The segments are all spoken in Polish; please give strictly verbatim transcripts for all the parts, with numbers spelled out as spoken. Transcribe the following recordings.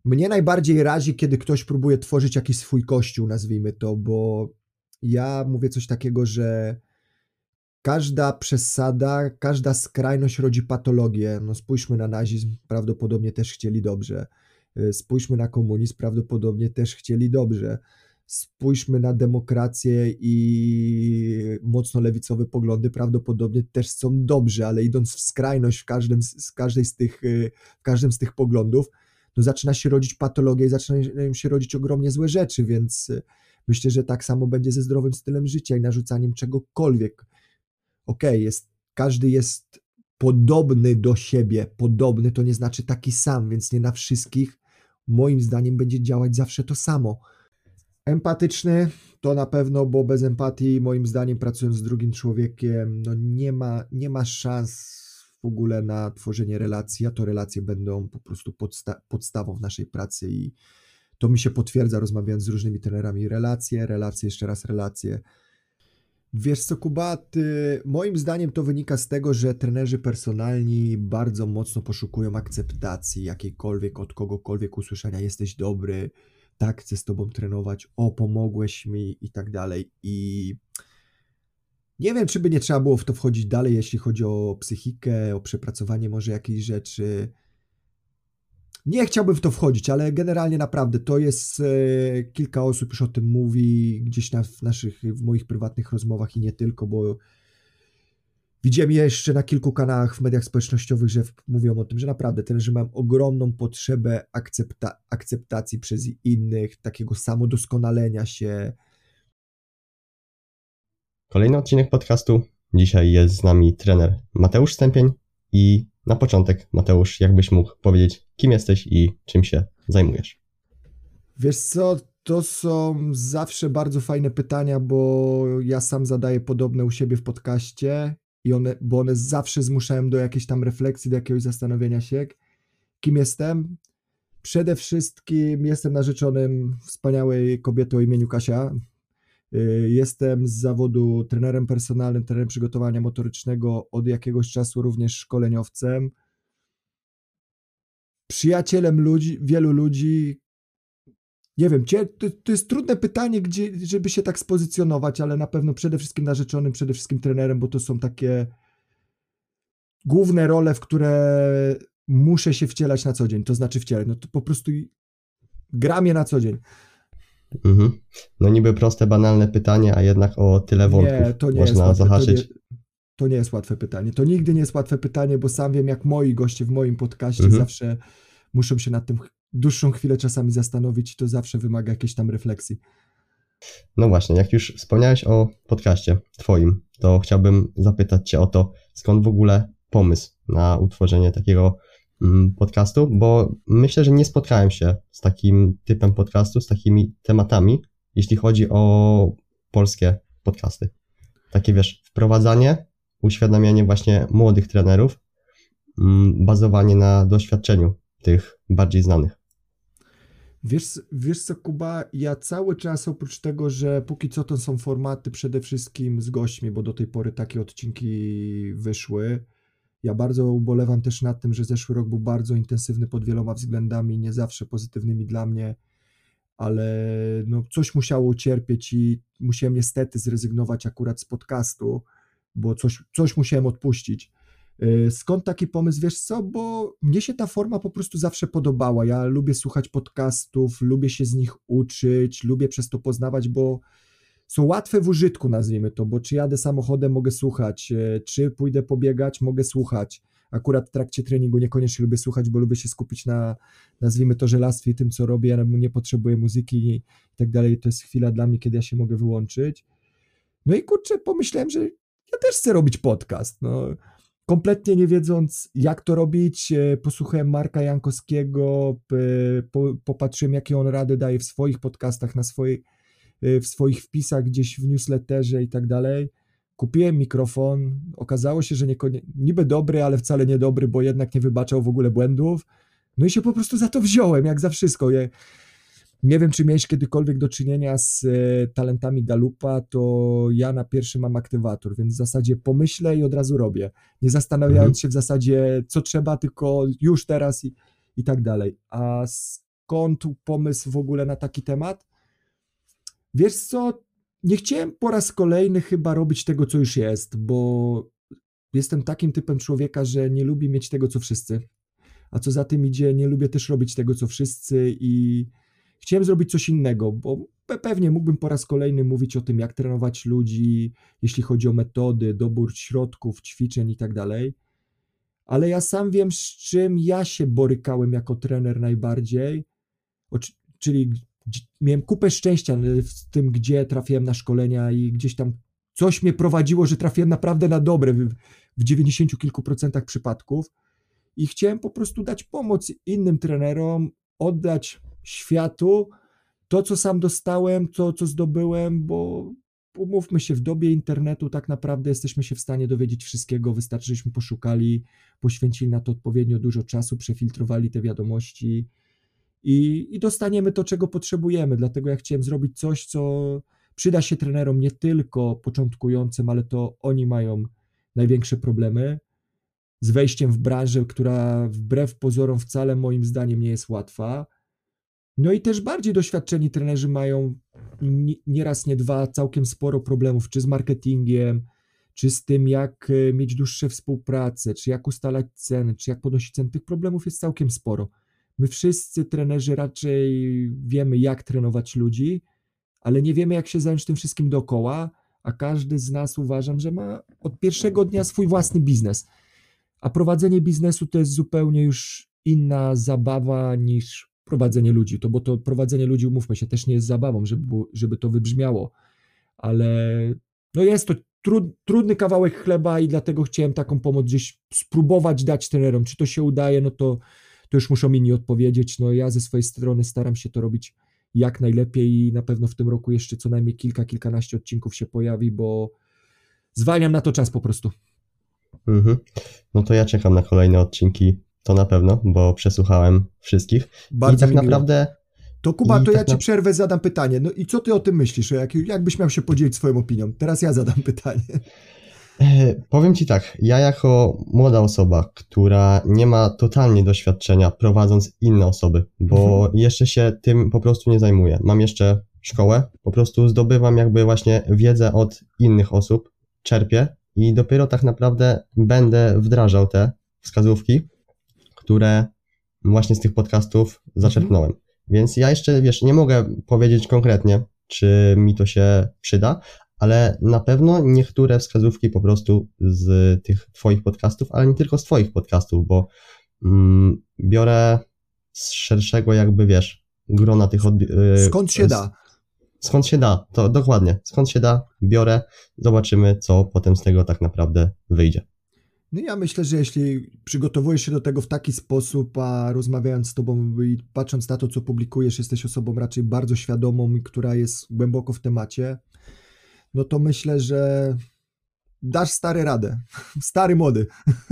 Mnie najbardziej razi, kiedy ktoś próbuje tworzyć jakiś swój kościół, nazwijmy to, bo ja mówię coś takiego, że każda przesada, każda skrajność rodzi patologię. No spójrzmy na nazizm, prawdopodobnie też chcieli dobrze. Y, Spójrzmy na komunizm, prawdopodobnie też chcieli dobrze. Spójrzmy na demokrację i mocno lewicowe poglądy, prawdopodobnie też chcą dobrze, ale idąc w skrajność w każdym z, z każdej z tych, y, w każdym z tych poglądów, no zaczyna się rodzić patologia i zaczynają się rodzić ogromnie złe rzeczy, więc y, myślę, że tak samo będzie ze zdrowym stylem życia i narzucaniem czegokolwiek. Okej, jest, każdy jest podobny do siebie. Podobny to nie znaczy taki sam, więc nie na wszystkich moim zdaniem będzie działać zawsze to samo. Empatyczny to na pewno, bo bez empatii moim zdaniem pracując z drugim człowiekiem no nie ma, nie ma szans w ogóle na tworzenie relacji, a to relacje będą po prostu podsta- podstawą w naszej pracy i to mi się potwierdza rozmawiając z różnymi trenerami. Relacje, relacje, jeszcze raz relacje. Wiesz co, Kuba, ty, moim zdaniem to wynika z tego, że trenerzy personalni bardzo mocno poszukują akceptacji jakiejkolwiek, od kogokolwiek usłyszenia jesteś dobry, tak, chcę z tobą trenować, o, pomogłeś mi i tak dalej. I nie wiem, czy by nie trzeba było w to wchodzić dalej, jeśli chodzi o psychikę, o przepracowanie może jakichś rzeczy. Nie chciałbym w to wchodzić, ale generalnie naprawdę to jest e, kilka osób już o tym mówi gdzieś na, w naszych, w moich prywatnych rozmowach i nie tylko, bo widziałem jeszcze na kilku kanałach w mediach społecznościowych, że w- mówią o tym, że naprawdę trenerzy mają ogromną potrzebę akcepta, akceptacji przez innych, takiego samodoskonalenia się. Kolejny odcinek podcastu. Dzisiaj jest z nami trener Mateusz Stępień i na początek, Mateusz, jakbyś mógł powiedzieć, kim jesteś i czym się zajmujesz? Wiesz co, to są zawsze bardzo fajne pytania, bo ja sam zadaję podobne u siebie w podcaście i one, bo one zawsze zmuszają do jakiejś tam refleksji, do jakiegoś zastanowienia się, kim jestem. Przede wszystkim jestem narzeczonym wspaniałej kobiety o imieniu Kasia. Y, Jestem z zawodu trenerem personalnym, trenerem przygotowania motorycznego, od jakiegoś czasu również szkoleniowcem, przyjacielem ludzi, wielu ludzi. Nie wiem, cie- to, to jest trudne pytanie, gdzie, żeby się tak spozycjonować, ale na pewno przede wszystkim narzeczonym, przede wszystkim trenerem, bo to są takie główne role, w które muszę się wcielać na co dzień, to znaczy wcielać, no to po prostu gram je na co dzień. Mhm. No niby proste, banalne pytanie, a jednak o tyle wątków Nie, to nie jest można łatwe, to nie, zahaczyć. to nie jest łatwe pytanie. To nigdy nie jest łatwe pytanie, bo sam wiem, jak moi goście w moim podcaście Mhm. zawsze muszą się nad tym ch- dłuższą chwilę czasami zastanowić i to zawsze wymaga jakiejś tam refleksji. No właśnie, jak już wspomniałeś o podcaście twoim, to chciałbym zapytać cię o to, skąd w ogóle pomysł na utworzenie takiego mm, podcastu, bo myślę, że nie spotkałem się z takim typem podcastu, z takimi tematami, jeśli chodzi o polskie podcasty. Takie wiesz, wprowadzanie, uświadamianie właśnie młodych trenerów, mm, bazowanie na doświadczeniu tych bardziej znanych. Wiesz, wiesz co, Kuba, ja cały czas oprócz tego, że póki co to są formaty przede wszystkim z gośćmi, bo do tej pory takie odcinki wyszły. Ja bardzo ubolewam też nad tym, że zeszły rok był bardzo intensywny pod wieloma względami, nie zawsze pozytywnymi dla mnie, ale no coś musiało ucierpieć i musiałem niestety zrezygnować akurat z podcastu, bo coś, coś musiałem odpuścić. Yy, Skąd taki pomysł, wiesz co? Bo mnie się ta forma po prostu zawsze podobała. Ja lubię słuchać podcastów, lubię się z nich uczyć, lubię przez to poznawać, bo są łatwe w użytku, nazwijmy to, bo czy jadę samochodem, mogę słuchać, e, czy pójdę pobiegać, mogę słuchać. Akurat w trakcie treningu niekoniecznie lubię słuchać, bo lubię się skupić na, nazwijmy to, żelastwie i tym, co robię, ja nie potrzebuję muzyki i tak dalej. To jest chwila dla mnie, kiedy ja się mogę wyłączyć. No i kurczę, pomyślałem, że ja też chcę robić podcast. No, kompletnie nie wiedząc, jak to robić, e, posłuchałem Marka Jankowskiego, p- po, popatrzyłem, jakie on rady daje w swoich podcastach, na swojej, e, w swoich wpisach gdzieś w newsletterze i tak dalej. Kupiłem mikrofon, okazało się, że niekonie, niby dobry, ale wcale nie dobry, bo jednak nie wybaczał w ogóle błędów. No i się po prostu za to wziąłem, jak za wszystko. Ja, nie wiem, czy miałeś kiedykolwiek do czynienia z e, talentami Galupa, to ja na pierwszy mam aktywator, więc w zasadzie pomyślę i od razu robię. Nie zastanawiając Mhm. się w zasadzie, co trzeba, tylko już teraz i, i tak dalej. A skąd pomysł w ogóle na taki temat? Wiesz co, nie chciałem po raz kolejny chyba robić tego, co już jest, bo jestem takim typem człowieka, że nie lubi mieć tego, co wszyscy. A co za tym idzie, nie lubię też robić tego, co wszyscy i chciałem zrobić coś innego, bo pewnie mógłbym po raz kolejny mówić o tym, jak trenować ludzi, jeśli chodzi o metody, dobór środków, ćwiczeń i tak dalej. Ale ja sam wiem, z czym ja się borykałem jako trener najbardziej, czyli miałem kupę szczęścia w tym, gdzie trafiłem na szkolenia i gdzieś tam coś mnie prowadziło, że trafiłem naprawdę na dobre w dziewięćdziesięciu kilku procentach przypadków i chciałem po prostu dać pomoc innym trenerom, oddać światu to, co sam dostałem, to, co zdobyłem, bo umówmy się, w dobie internetu tak naprawdę jesteśmy się w stanie dowiedzieć wszystkiego, wystarczy, żeśmy poszukali, poświęcili na to odpowiednio dużo czasu, przefiltrowali te wiadomości i, i dostaniemy to, czego potrzebujemy, dlatego ja chciałem zrobić coś, co przyda się trenerom nie tylko początkującym, ale to oni mają największe problemy z wejściem w branżę, która wbrew pozorom wcale moim zdaniem nie jest łatwa. No i też bardziej doświadczeni trenerzy mają nie raz, nie dwa całkiem sporo problemów, czy z marketingiem, czy z tym, jak mieć dłuższe współpracę, czy jak ustalać ceny, czy jak podnosić ceny. Tych problemów jest całkiem sporo. My wszyscy trenerzy raczej wiemy, jak trenować ludzi, ale nie wiemy, jak się zająć tym wszystkim dookoła, a każdy z nas, uważam, że ma od pierwszego dnia swój własny biznes. A prowadzenie biznesu to jest zupełnie już inna zabawa niż prowadzenie ludzi, to bo to prowadzenie ludzi, umówmy się, też nie jest zabawą, żeby, żeby to wybrzmiało, ale no jest to trud, trudny kawałek chleba i dlatego chciałem taką pomoc gdzieś spróbować dać trenerom. Czy to się udaje, no to, to już muszą inni odpowiedzieć. No ja ze swojej strony staram się to robić jak najlepiej i na pewno w tym roku jeszcze co najmniej kilka, kilkanaście odcinków się pojawi, bo zwalniam na to czas po prostu. Mhm. No to ja czekam na kolejne odcinki, to na pewno, bo przesłuchałem wszystkich. Bardzo I tak miło. naprawdę... To Kuba, to tak ja ci na... przerwę, zadam pytanie. No i co ty o tym myślisz? Jak, jakbyś miał się podzielić swoją opinią? Teraz ja zadam pytanie. E, powiem ci tak, ja jako młoda osoba, która nie ma totalnie doświadczenia prowadząc inne osoby, bo mhm. jeszcze się tym po prostu nie zajmuję. Mam jeszcze szkołę, po prostu zdobywam jakby właśnie wiedzę od innych osób, czerpię i dopiero tak naprawdę będę wdrażał te wskazówki, które właśnie z tych podcastów zaczerpnąłem. Mhm. Więc ja jeszcze, wiesz, nie mogę powiedzieć konkretnie, czy mi to się przyda, ale na pewno niektóre wskazówki po prostu z tych twoich podcastów, ale nie tylko z twoich podcastów, bo mm, biorę z szerszego jakby, wiesz, grona tych odbi- Skąd się da? Skąd się da, to dokładnie, skąd się da, biorę, zobaczymy, co potem z tego tak naprawdę wyjdzie. No ja myślę, że jeśli przygotowujesz się do tego w taki sposób, a rozmawiając z tobą i patrząc na to, co publikujesz, jesteś osobą raczej bardzo świadomą i która jest głęboko w temacie, no to myślę, że dasz stary radę. Stary młody.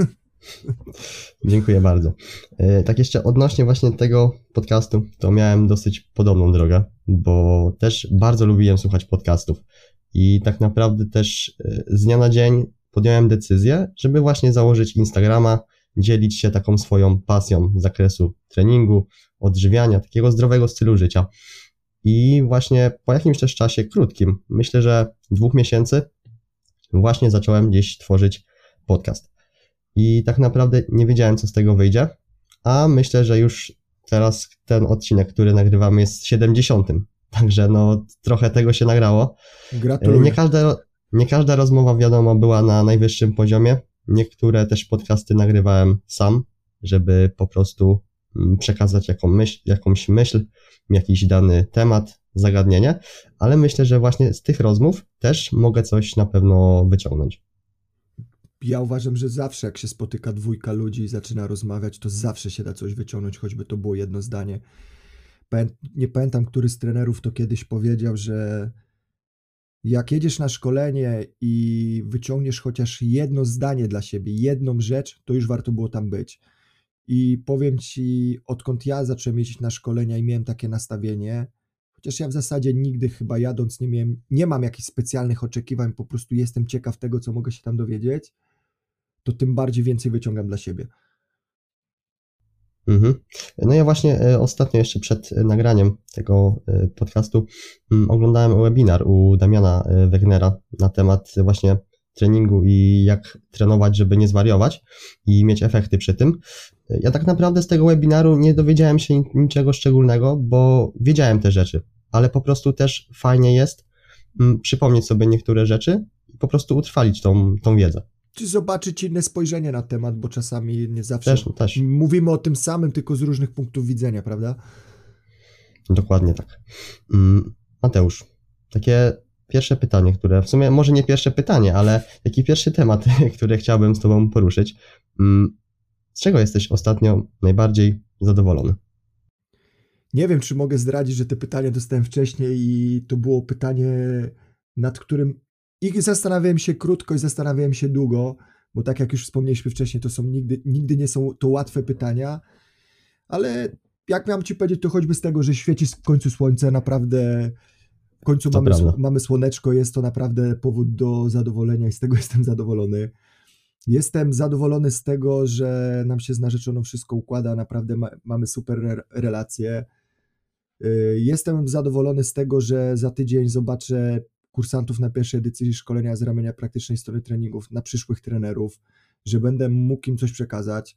Dziękuję bardzo. Tak jeszcze odnośnie właśnie tego podcastu, to miałem dosyć podobną drogę, bo też bardzo lubiłem słuchać podcastów i tak naprawdę też z dnia na dzień podjąłem decyzję, żeby właśnie założyć Instagrama, dzielić się taką swoją pasją z zakresu treningu, odżywiania, takiego zdrowego stylu życia. I właśnie po jakimś też czasie krótkim, myślę, że dwóch miesięcy, właśnie zacząłem gdzieś tworzyć podcast. I tak naprawdę nie wiedziałem, co z tego wyjdzie, a myślę, że już teraz ten odcinek, który nagrywamy, jest siedemdziesiątym. Także no trochę tego się nagrało. Gratuluję. Nie każda, nie każda rozmowa, wiadomo, była na najwyższym poziomie. Niektóre też podcasty nagrywałem sam, żeby po prostu przekazać jaką myśl, jakąś myśl, jakiś dany temat, zagadnienie, ale myślę, że właśnie z tych rozmów też mogę coś na pewno wyciągnąć. Ja uważam, że zawsze jak się spotyka dwójka ludzi i zaczyna rozmawiać, to zawsze się da coś wyciągnąć, choćby to było jedno zdanie. Nie pamiętam, który z trenerów to kiedyś powiedział, że jak jedziesz na szkolenie i wyciągniesz chociaż jedno zdanie dla siebie, jedną rzecz, to już warto było tam być. I powiem ci, odkąd ja zacząłem jeździć na szkolenia i miałem takie nastawienie, chociaż ja w zasadzie nigdy chyba jadąc nie miałem, nie mam jakichś specjalnych oczekiwań, po prostu jestem ciekaw tego, co mogę się tam dowiedzieć, to tym bardziej więcej wyciągam dla siebie. Mhm. No ja właśnie e, ostatnio jeszcze przed e, nagraniem tego e, podcastu mm, oglądałem webinar u Damiana e, Wegnera na temat właśnie treningu i jak trenować, żeby nie zwariować i mieć efekty przy tym. E, Ja tak naprawdę z tego webinaru nie dowiedziałem się ni- niczego szczególnego, bo wiedziałem te rzeczy, ale po prostu też fajnie jest mm, przypomnieć sobie niektóre rzeczy i po prostu utrwalić tą, tą wiedzę. Czy zobaczyć inne spojrzenie na temat, bo czasami nie zawsze Też, też. mówimy o tym samym, tylko z różnych punktów widzenia, prawda? Dokładnie tak. Mm, Mateusz, takie pierwsze pytanie, które w sumie może nie pierwsze pytanie, ale taki pierwszy temat, który chciałbym z Tobą poruszyć. Mm, Z czego jesteś ostatnio najbardziej zadowolony? Nie wiem, czy mogę zdradzić, że te pytania dostałem wcześniej i to było pytanie, nad którym i zastanawiałem się krótko i zastanawiałem się długo, bo tak jak już wspomnieliśmy wcześniej, to są nigdy, nigdy nie są to łatwe pytania, ale jak miałem ci powiedzieć, to choćby z tego, że świeci w końcu słońce, naprawdę w końcu To mamy, prawda. mamy słoneczko, jest to naprawdę powód do zadowolenia i z tego jestem zadowolony. Jestem zadowolony z tego, że nam się z narzeczoną wszystko układa, naprawdę ma, mamy super re, relacje. Jestem zadowolony z tego, że za tydzień zobaczę kursantów na pierwszej edycji szkolenia z ramienia praktycznej strony treningów, na przyszłych trenerów, że będę mógł im coś przekazać.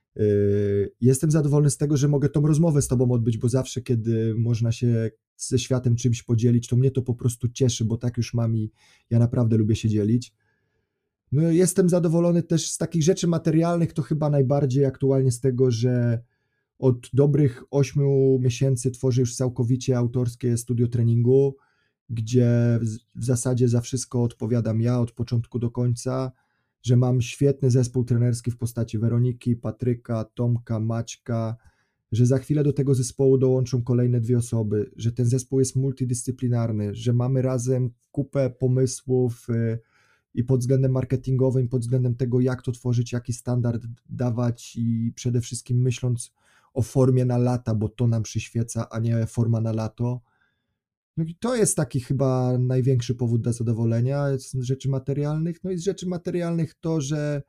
Jestem zadowolony z tego, że mogę tą rozmowę z Tobą odbyć, bo zawsze, kiedy można się ze światem czymś podzielić, to mnie to po prostu cieszy, bo tak już mam i ja naprawdę lubię się dzielić. No, jestem zadowolony też z takich rzeczy materialnych, to chyba najbardziej aktualnie z tego, że od dobrych ośmiu miesięcy tworzę już całkowicie autorskie studio treningu, gdzie w zasadzie za wszystko odpowiadam ja od początku do końca, że mam świetny zespół trenerski w postaci Weroniki, Patryka, Tomka, Maćka, że za chwilę do tego zespołu dołączą kolejne dwie osoby, że ten zespół jest multidyscyplinarny, że mamy razem kupę pomysłów i pod względem marketingowym, i pod względem tego, jak to tworzyć, jaki standard dawać i przede wszystkim myśląc o formie na lata, bo to nam przyświeca, a nie forma na lato. No i to jest taki chyba największy powód do zadowolenia z rzeczy materialnych. No i z rzeczy materialnych to, że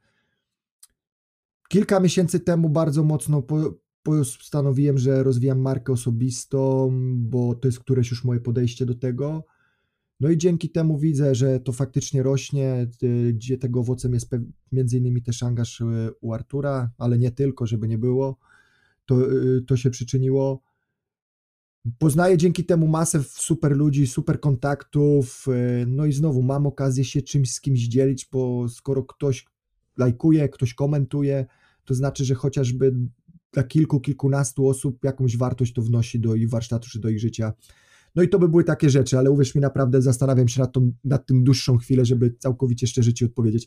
kilka miesięcy temu bardzo mocno po, postanowiłem, że rozwijam markę osobistą, bo to jest któreś już moje podejście do tego. No i dzięki temu widzę, że to faktycznie rośnie, gdzie tego owocem jest między innymi też angaż u Artura, ale nie tylko, żeby nie było, to, to się przyczyniło. Poznaję dzięki temu masę super ludzi, super kontaktów, no i znowu mam okazję się czymś z kimś dzielić, bo skoro ktoś lajkuje, ktoś komentuje, to znaczy, że chociażby dla kilku, kilkunastu osób jakąś wartość to wnosi do ich warsztatu czy do ich życia. No i to by były takie rzeczy, ale uwierz mi, naprawdę zastanawiam się nad, tą, nad tym dłuższą chwilę, żeby całkowicie szczerze Ci odpowiedzieć.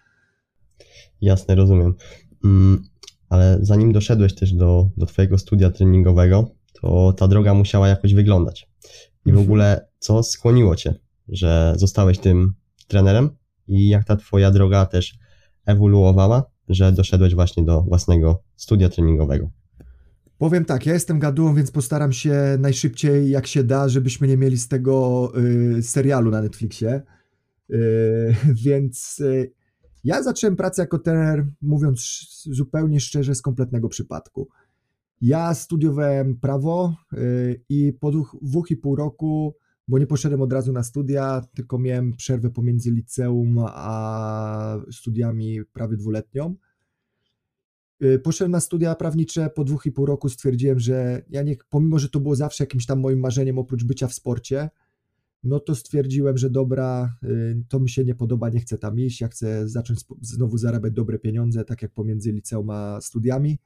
Jasne, rozumiem. Mm, ale zanim doszedłeś też do, do Twojego studia treningowego, to ta droga musiała jakoś wyglądać. I w ogóle co skłoniło Cię, że zostałeś tym trenerem i jak ta Twoja droga też ewoluowała, że doszedłeś właśnie do własnego studia treningowego? Powiem tak, ja jestem gadułą, więc postaram się najszybciej jak się da, żebyśmy nie mieli z tego y, serialu na Netflixie. Y, więc y, ja zacząłem pracę jako trener, mówiąc zupełnie szczerze, z kompletnego przypadku. Ja studiowałem prawo y, i po dwóch, dwóch i pół roku, bo nie poszedłem od razu na studia, tylko miałem przerwę pomiędzy liceum a studiami prawie dwuletnią. Poszedłem na studia prawnicze, po dwóch i pół roku stwierdziłem, że ja nie, pomimo, że to było zawsze jakimś tam moim marzeniem oprócz bycia w sporcie, no to stwierdziłem, że dobra, to mi się nie podoba, nie chcę tam iść, ja chcę zacząć znowu zarabiać dobre pieniądze, tak jak pomiędzy liceum a studiami.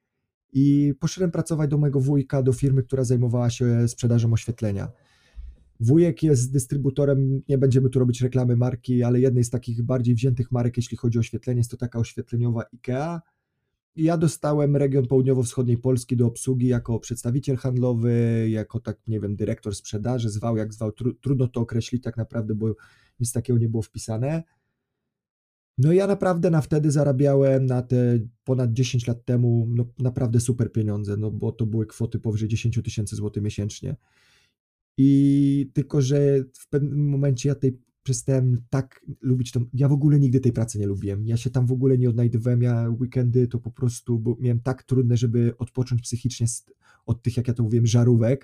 I poszedłem pracować do mojego wujka, do firmy, która zajmowała się sprzedażą oświetlenia. Wujek jest dystrybutorem, nie będziemy tu robić reklamy marki, ale jednej z takich bardziej wziętych marek, jeśli chodzi o oświetlenie, jest to taka oświetleniowa IKEA. I ja dostałem region południowo-wschodniej Polski do obsługi jako przedstawiciel handlowy, jako tak, nie wiem, dyrektor sprzedaży, zwał jak zwał, tru, trudno to określić tak naprawdę, bo nic takiego nie było wpisane. No ja naprawdę na wtedy zarabiałem na te ponad dziesięć lat temu no, naprawdę super pieniądze, no bo to były kwoty powyżej dziesięć tysięcy złotych miesięcznie. I tylko, że w pewnym momencie ja tej przestałem tak lubić tą, ja w ogóle nigdy tej pracy nie lubiłem, ja się tam w ogóle nie odnajdywałem, ja weekendy to po prostu, bo miałem tak trudne, żeby odpocząć psychicznie z, od tych, jak ja to mówiłem, żarówek,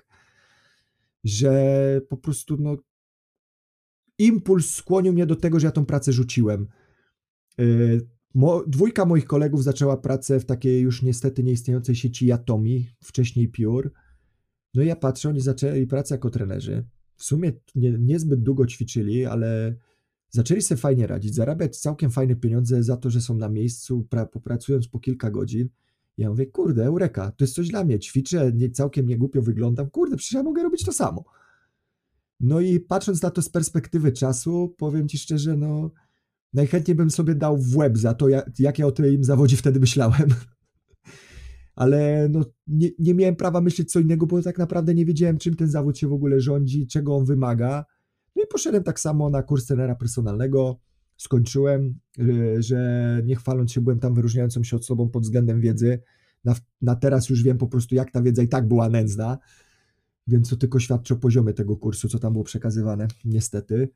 że po prostu no impuls skłonił mnie do tego, że ja tą pracę rzuciłem. Yy, mo, dwójka moich kolegów zaczęła pracę w takiej już niestety nieistniejącej sieci Yatomi, wcześniej Pure. No i ja patrzę, oni zaczęli pracę jako trenerzy. W sumie nie, niezbyt długo ćwiczyli, ale zaczęli sobie fajnie radzić, zarabiać całkiem fajne pieniądze za to, że są na miejscu, pra, popracując po kilka godzin. Ja mówię, kurde, eureka, to jest coś dla mnie, ćwiczę, nie, całkiem niegłupio wyglądam, kurde, przecież ja mogę robić to samo. No i patrząc na to z perspektywy czasu, powiem ci szczerze, no najchętniej bym sobie dał w łeb za to, jak, jak ja o tym zawodzie wtedy myślałem. Ale no, nie, nie miałem prawa myśleć co innego, bo tak naprawdę nie wiedziałem, czym ten zawód się w ogóle rządzi, czego on wymaga. No i poszedłem tak samo na kurs trenera personalnego, skończyłem, że nie chwaląc się, byłem tam wyróżniającą się osobą pod względem wiedzy. Na, na teraz już wiem po prostu, jak ta wiedza i tak była nędzna, więc to tylko świadczy o poziomie tego kursu, co tam było przekazywane, niestety.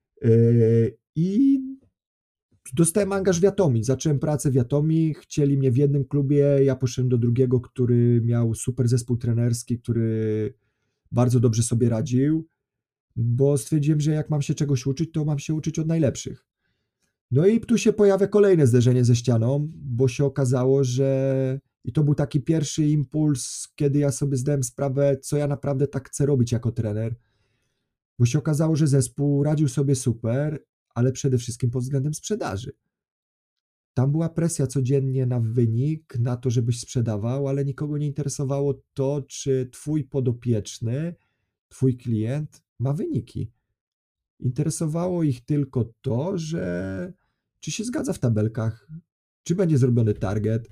I dostałem angaż w Yatomi, zacząłem pracę w Yatomi, chcieli mnie w jednym klubie, ja poszedłem do drugiego, który miał super zespół trenerski, który bardzo dobrze sobie radził, bo stwierdziłem, że jak mam się czegoś uczyć, to mam się uczyć od najlepszych. No i tu się pojawia kolejne zderzenie ze ścianą, bo się okazało, że i to był taki pierwszy impuls, kiedy ja sobie zdałem sprawę, co ja naprawdę tak chcę robić jako trener, bo się okazało, że zespół radził sobie super, ale przede wszystkim pod względem sprzedaży. Tam była presja codziennie na wynik, na to, żebyś sprzedawał, ale nikogo nie interesowało to, czy twój podopieczny, twój klient ma wyniki. Interesowało ich tylko to, że czy się zgadza w tabelkach, czy będzie zrobiony target,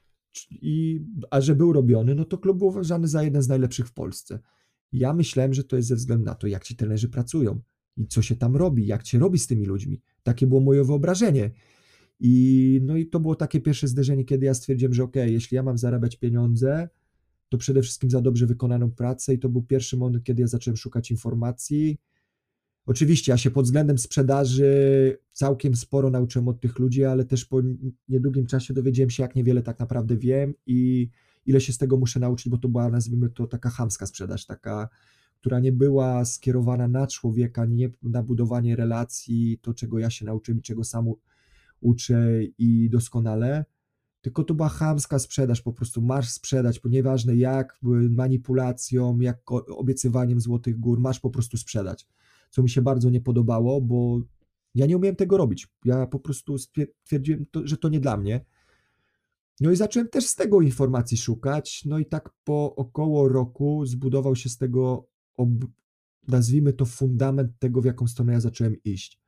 i, a że był robiony, no to klub był uważany za jeden z najlepszych w Polsce. Ja myślałem, że to jest ze względu na to, jak ci trenerzy pracują i co się tam robi, jak się robi z tymi ludźmi. Takie było moje wyobrażenie. I, no i to było takie pierwsze zderzenie, kiedy ja stwierdziłem, że okej, okay, jeśli ja mam zarabiać pieniądze, to przede wszystkim za dobrze wykonaną pracę i to był pierwszy moment, kiedy ja zacząłem szukać informacji. Oczywiście ja się pod względem sprzedaży całkiem sporo nauczyłem od tych ludzi, ale też po niedługim czasie dowiedziałem się, jak niewiele tak naprawdę wiem i ile się z tego muszę nauczyć, bo to była, nazwijmy to, taka chamska sprzedaż, taka, która nie była skierowana na człowieka, nie na budowanie relacji, to czego ja się nauczyłem i czego sam uczę i doskonale, tylko to była chamska sprzedaż, po prostu masz sprzedać, bo nieważne jak, manipulacją, jak obiecywaniem złotych gór, masz po prostu sprzedać, co mi się bardzo nie podobało, bo ja nie umiałem tego robić, ja po prostu stwierdziłem, że to nie dla mnie. No i zacząłem też z tego informacji szukać, no i tak po około roku zbudował się z tego, nazwijmy to, fundament tego, w jaką stronę ja zacząłem iść.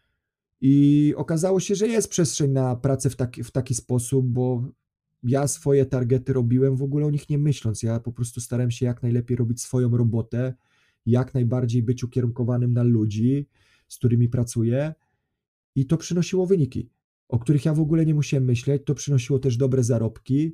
I okazało się, że jest przestrzeń na pracę w taki, w taki sposób, bo ja swoje targety robiłem w ogóle o nich nie myśląc. Ja po prostu starałem się jak najlepiej robić swoją robotę, jak najbardziej być ukierunkowanym na ludzi, z którymi pracuję i to przynosiło wyniki, o których ja w ogóle nie musiałem myśleć. To przynosiło też dobre zarobki.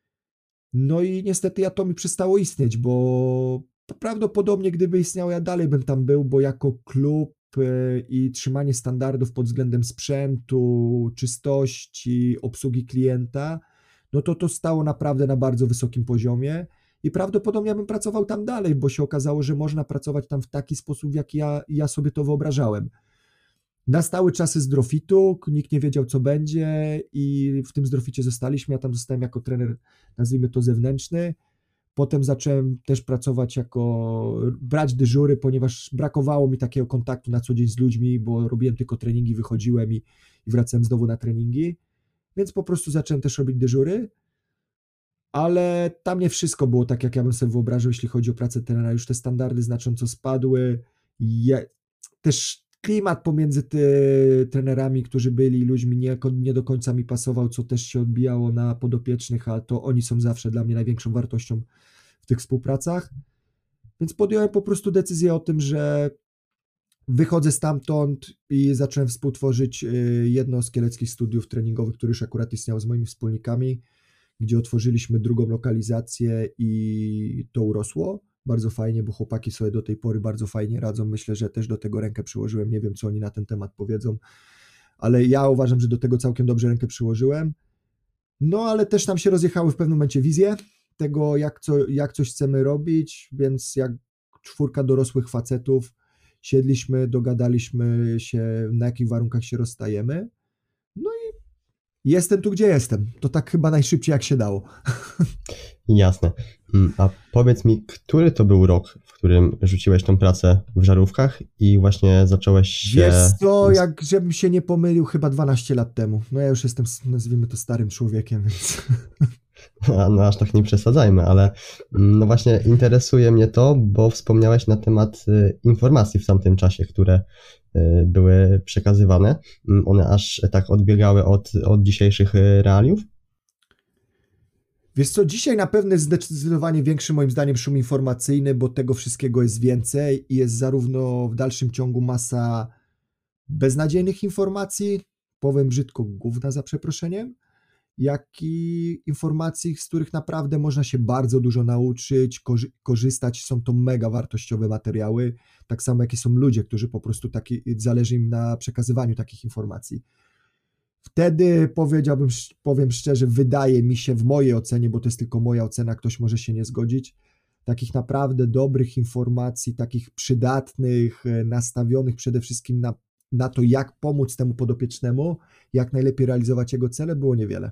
No i niestety ja to mi przestało istnieć, bo prawdopodobnie gdyby istniało, ja dalej bym tam był, bo jako klub i trzymanie standardów pod względem sprzętu, czystości, obsługi klienta, no to to stało naprawdę na bardzo wysokim poziomie i prawdopodobnie ja bym pracował tam dalej, bo się okazało, że można pracować tam w taki sposób, w jaki ja, ja sobie to wyobrażałem. Nastały czasy zdrofitu, nikt nie wiedział, co będzie i w tym zdroficie zostaliśmy, ja tam zostałem jako trener, nazwijmy to, zewnętrzny. Potem zacząłem też pracować jako, brać dyżury, ponieważ brakowało mi takiego kontaktu na co dzień z ludźmi, bo robiłem tylko treningi, wychodziłem i, i wracałem znowu na treningi, więc po prostu zacząłem też robić dyżury, ale tam nie wszystko było tak, jak ja bym sobie wyobrażał, jeśli chodzi o pracę trenera, już te standardy znacząco spadły, je, też klimat pomiędzy ty, trenerami, którzy byli ludźmi, nie, nie do końca mi pasował, co też się odbijało na podopiecznych, a to oni są zawsze dla mnie największą wartością w tych współpracach. Więc podjąłem po prostu decyzję o tym, że wychodzę stamtąd i zacząłem współtworzyć jedno z kieleckich studiów treningowych, które już akurat istniało z moimi wspólnikami, gdzie otworzyliśmy drugą lokalizację i to urosło. bardzo fajnie, bo chłopaki sobie do tej pory bardzo fajnie radzą. Myślę, że też do tego rękę przyłożyłem. Nie wiem, co oni na ten temat powiedzą, ale ja uważam, że do tego całkiem dobrze rękę przyłożyłem. No, ale też nam się rozjechały w pewnym momencie wizje tego, jak, co, jak coś chcemy robić, więc jak czwórka dorosłych facetów siedliśmy, dogadaliśmy się, na jakich warunkach się rozstajemy. No i jestem tu, gdzie jestem. To tak chyba najszybciej, jak się dało. Jasne. A powiedz mi, który to był rok, w którym rzuciłeś tą pracę w żarówkach i właśnie zacząłeś się... Wiesz co, jak żebym się nie pomylił, chyba dwanaście lat temu. No ja już jestem, nazwijmy to, starym człowiekiem, więc... A, no aż tak nie przesadzajmy, ale no właśnie interesuje mnie to, bo wspomniałeś na temat y, informacji w tamtym czasie, które y, były przekazywane. One aż tak odbiegały od, od dzisiejszych y, realiów? Wiesz co, dzisiaj na pewno jest zdecydowanie większy moim zdaniem szum informacyjny, bo tego wszystkiego jest więcej i jest zarówno w dalszym ciągu masa beznadziejnych informacji, powiem brzydko, gówna za przeproszeniem, jak i informacji, z których naprawdę można się bardzo dużo nauczyć, korzy- korzystać, są to mega wartościowe materiały, tak samo jak i są ludzie, którzy po prostu taki, zależy im na przekazywaniu takich informacji. Wtedy powiedziałbym, powiem szczerze, wydaje mi się w mojej ocenie, bo to jest tylko moja ocena, ktoś może się nie zgodzić, takich naprawdę dobrych informacji, takich przydatnych, nastawionych przede wszystkim na, na to, jak pomóc temu podopiecznemu, jak najlepiej realizować jego cele, było niewiele.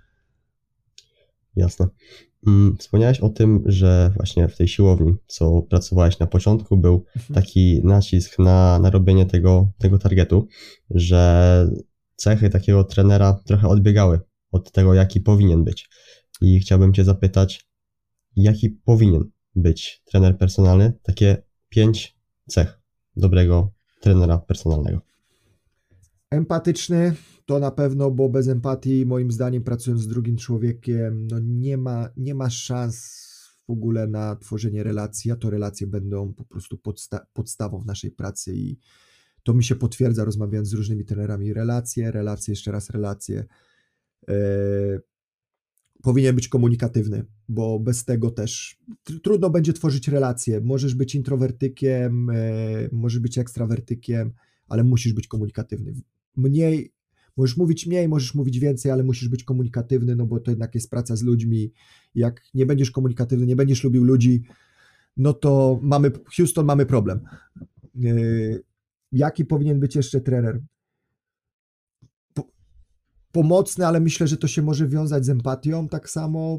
Jasne. Wspomniałeś o tym, że właśnie w tej siłowni, co pracowałeś na początku, był taki nacisk na, na robienie tego, tego targetu, że cechy takiego trenera trochę odbiegały od tego, jaki powinien być. I chciałbym Cię zapytać, jaki powinien być trener personalny? Takie pięć cech dobrego trenera personalnego. Empatyczny to na pewno, bo bez empatii, moim zdaniem, pracując z drugim człowiekiem, no nie ma, nie ma szans w ogóle na tworzenie relacji, a to relacje będą po prostu podsta- podstawą w naszej pracy i to mi się potwierdza, rozmawiając z różnymi trenerami. Relacje, relacje, jeszcze raz relacje. Yy, powinien być komunikatywny, bo bez tego też tr- trudno będzie tworzyć relacje. Możesz być introwertykiem, yy, możesz być ekstrawertykiem, ale musisz być komunikatywny. Mniej, możesz mówić mniej, możesz mówić więcej, ale musisz być komunikatywny, no bo to jednak jest praca z ludźmi. Jak nie będziesz komunikatywny, nie będziesz lubił ludzi, no to mamy, Houston, mamy problem. Yy, Jaki powinien być jeszcze trener? Po, pomocny, ale myślę, że to się może wiązać z empatią tak samo.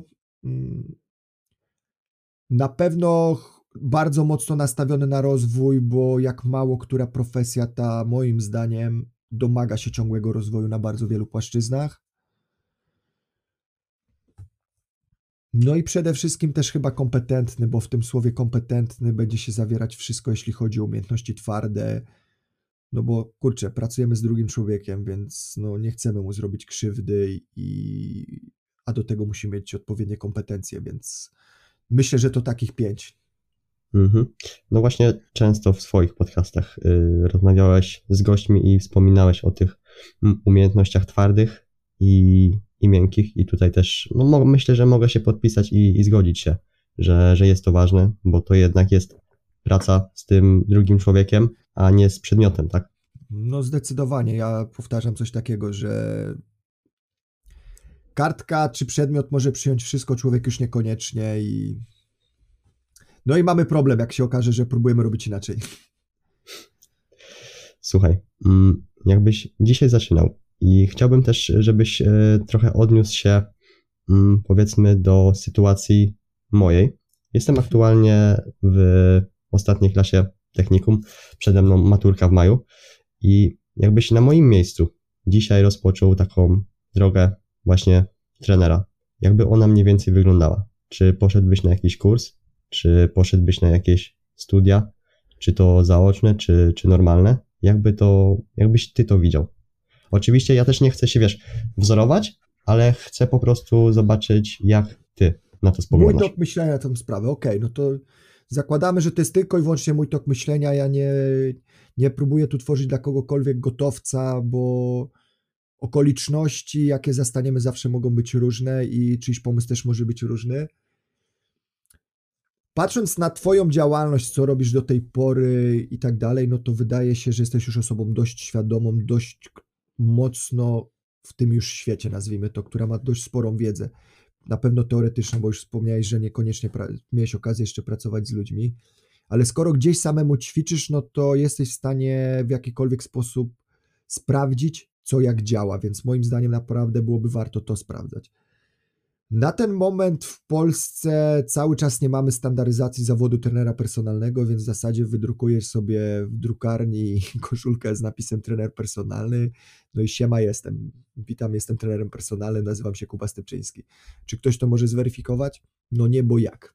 Na pewno bardzo mocno nastawiony na rozwój, bo jak mało która profesja ta moim zdaniem domaga się ciągłego rozwoju na bardzo wielu płaszczyznach. No i przede wszystkim też chyba kompetentny, bo w tym słowie kompetentny będzie się zawierać wszystko, jeśli chodzi o umiejętności twarde. No bo kurczę, pracujemy z drugim człowiekiem, więc no nie chcemy mu zrobić krzywdy, i, a do tego musimy mieć odpowiednie kompetencje, więc myślę, że to takich pięć. Mhm. No właśnie często w swoich podcastach y, rozmawiałeś z gośćmi i wspominałeś o tych umiejętnościach twardych i, i miękkich i tutaj też no, mo- myślę, że mogę się podpisać i, i zgodzić się, że, że jest to ważne, bo to jednak jest praca z tym drugim człowiekiem, a nie z przedmiotem, tak? No zdecydowanie, ja powtarzam coś takiego, że kartka czy przedmiot może przyjąć wszystko, człowiek już niekoniecznie i no i mamy problem, jak się okaże, że próbujemy robić inaczej. Słuchaj, jakbyś dzisiaj zaczynał i chciałbym też, żebyś trochę odniósł się powiedzmy do sytuacji mojej. Jestem aktualnie w ostatniej klasie technikum, przede mną maturka w maju i jakbyś na moim miejscu dzisiaj rozpoczął taką drogę właśnie trenera, jakby ona mniej więcej wyglądała? Czy poszedłbyś na jakiś kurs? Czy poszedłbyś na jakieś studia? Czy to zaoczne, czy, czy normalne? Jakby to, jakbyś ty to widział? Oczywiście ja też nie chcę się, wiesz, wzorować, ale chcę po prostu zobaczyć, jak ty na to spoglądasz. Mój tok myślenia na tę sprawę, okej, okay, no to zakładamy, że to jest tylko i wyłącznie mój tok myślenia, ja nie, nie próbuję tu tworzyć dla kogokolwiek gotowca, bo okoliczności, jakie zastaniemy, zawsze mogą być różne i czyjś pomysł też może być różny. patrząc na twoją działalność, co robisz do tej pory i tak dalej, no to wydaje się, że jesteś już osobą dość świadomą, dość mocno w tym już świecie, nazwijmy to, która ma dość sporą wiedzę. Na pewno teoretyczną, bo już wspomniałeś, że niekoniecznie pra- miałeś okazję jeszcze pracować z ludźmi, ale skoro gdzieś samemu ćwiczysz, no to jesteś w stanie w jakikolwiek sposób sprawdzić, co jak działa, więc moim zdaniem naprawdę byłoby warto to sprawdzać. Na ten moment w Polsce cały czas nie mamy standaryzacji zawodu trenera personalnego, więc w zasadzie wydrukujesz sobie w drukarni koszulkę z napisem trener personalny, no i siema, jestem, witam, jestem trenerem personalnym, nazywam się Kuba Stypczyński. Czy ktoś to może zweryfikować? No nie, bo jak?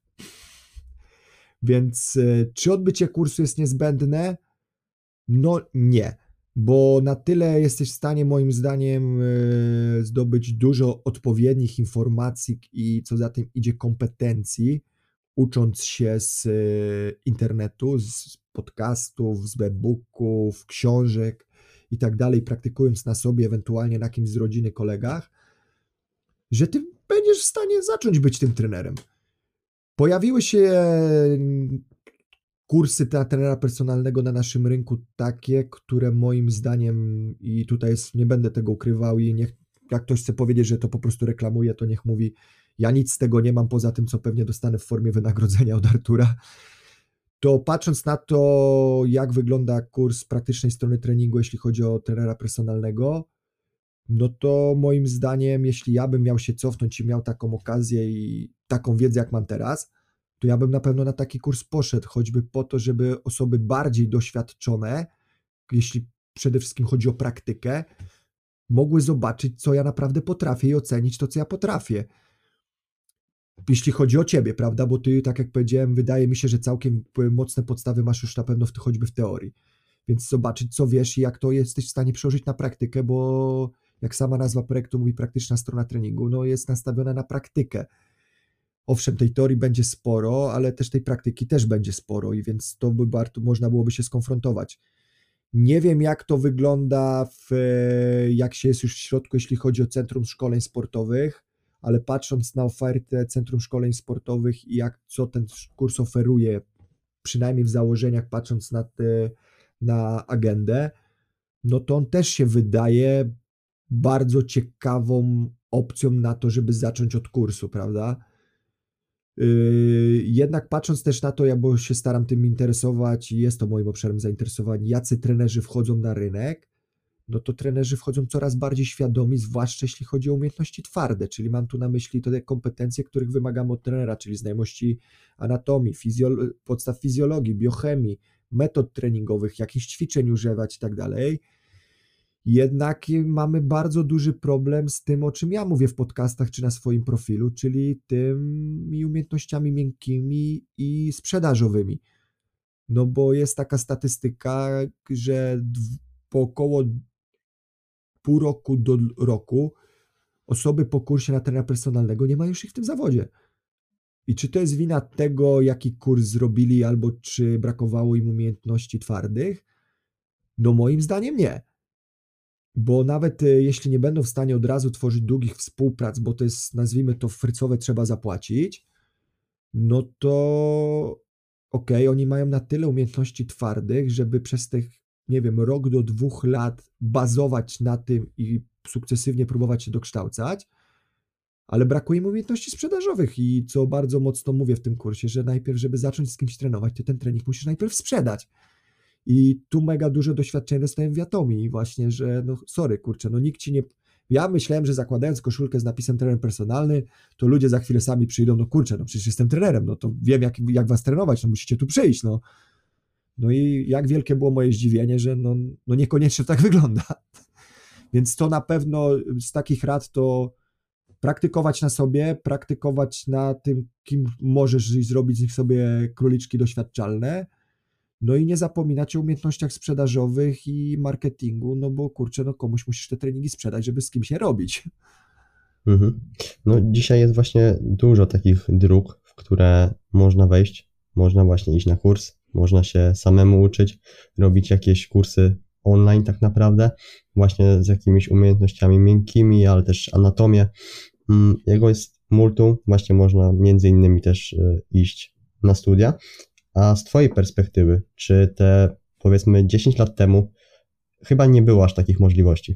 Więc czy odbycie kursu jest niezbędne? No nie, bo na tyle jesteś w stanie moim zdaniem zdobyć dużo odpowiednich informacji i co za tym idzie kompetencji, ucząc się z internetu, z podcastów, z e-booków, książek i tak dalej, praktykując na sobie, ewentualnie na kimś z rodziny, kolegach, że ty będziesz w stanie zacząć być tym trenerem. Pojawiły się kursy na trenera personalnego na naszym rynku takie, które moim zdaniem, i tutaj jest, nie będę tego ukrywał i niech, jak ktoś chce powiedzieć, że to po prostu reklamuje, to niech mówi, ja nic z tego nie mam poza tym, co pewnie dostanę w formie wynagrodzenia od Artura. To patrząc na to, jak wygląda kurs praktycznej strony treningu, jeśli chodzi o trenera personalnego, no to moim zdaniem, jeśli ja bym miał się cofnąć i miał taką okazję i taką wiedzę, jak mam teraz, to ja bym na pewno na taki kurs poszedł, choćby po to, żeby osoby bardziej doświadczone, jeśli przede wszystkim chodzi o praktykę, mogły zobaczyć, co ja naprawdę potrafię i ocenić to, co ja potrafię. Jeśli chodzi o ciebie, prawda, bo ty, tak jak powiedziałem, wydaje mi się, że całkiem mocne podstawy masz już na pewno w, choćby w teorii. Więc zobaczyć, co wiesz i jak to jesteś w stanie przełożyć na praktykę, bo jak sama nazwa projektu mówi, praktyczna strona treningu, no jest nastawiona na praktykę. Owszem, tej teorii będzie sporo, ale też tej praktyki też będzie sporo i więc to by warto, można byłoby się skonfrontować. Nie wiem, jak to wygląda, w, jak się jest już w środku, jeśli chodzi o Centrum Szkoleń Sportowych, ale patrząc na ofertę Centrum Szkoleń Sportowych i jak, co ten kurs oferuje, przynajmniej w założeniach, patrząc na, te, na agendę, no to on też się wydaje bardzo ciekawą opcją na to, żeby zacząć od kursu, prawda? Yy, jednak patrząc też na to, ja bo się staram tym interesować i jest to moim obszarem zainteresowań, jacy trenerzy wchodzą na rynek, no to trenerzy wchodzą coraz bardziej świadomi, zwłaszcza jeśli chodzi o umiejętności twarde, czyli mam tu na myśli te kompetencje, których wymagamy od trenera, czyli znajomości anatomii, fizjolo- podstaw fizjologii, biochemii, metod treningowych, jakichś ćwiczeń używać i tak dalej. Jednak mamy bardzo duży problem z tym, o czym ja mówię w podcastach czy na swoim profilu, czyli tymi umiejętnościami miękkimi i sprzedażowymi. No bo jest taka statystyka, że po około pół roku do roku osoby po kursie na trenera personalnego nie ma już ich w tym zawodzie. I czy to jest wina tego, jaki kurs zrobili, albo czy brakowało im umiejętności twardych? No moim zdaniem nie. Bo nawet jeśli nie będą w stanie od razu tworzyć długich współprac, bo to jest, nazwijmy to, frycowe, trzeba zapłacić, no to okej, okay, oni mają na tyle umiejętności twardych, żeby przez tych, nie wiem, rok do dwóch lat bazować na tym i sukcesywnie próbować się dokształcać, ale brakuje im umiejętności sprzedażowych i co bardzo mocno mówię w tym kursie, że najpierw, żeby zacząć z kimś trenować, to ten trening musisz najpierw sprzedać. I tu mega duże doświadczenie dostałem w Atomi właśnie, że no sorry, kurczę, no nikt ci nie... Ja myślałem, że zakładając koszulkę z napisem trener personalny, to ludzie za chwilę sami przyjdą, no kurczę, no przecież jestem trenerem, no to wiem jak, jak was trenować, no musicie tu przyjść, no. No i jak wielkie było moje zdziwienie, że no, no niekoniecznie tak wygląda. Więc to na pewno z takich rad to praktykować na sobie, praktykować na tym, kim możesz zrobić z nich sobie króliczki doświadczalne, no i nie zapominać o umiejętnościach sprzedażowych i marketingu, no bo kurczę, no komuś musisz te treningi sprzedać, żeby z kimś je robić. Mhm. No dzisiaj jest właśnie dużo takich dróg, w które można wejść, można właśnie iść na kurs, można się samemu uczyć, robić jakieś kursy online tak naprawdę, właśnie z jakimiś umiejętnościami miękkimi, ale też anatomię. Jego jest multum, właśnie można między innymi też iść na studia, a z twojej perspektywy, czy te powiedzmy dziesięć lat temu chyba nie było aż takich możliwości?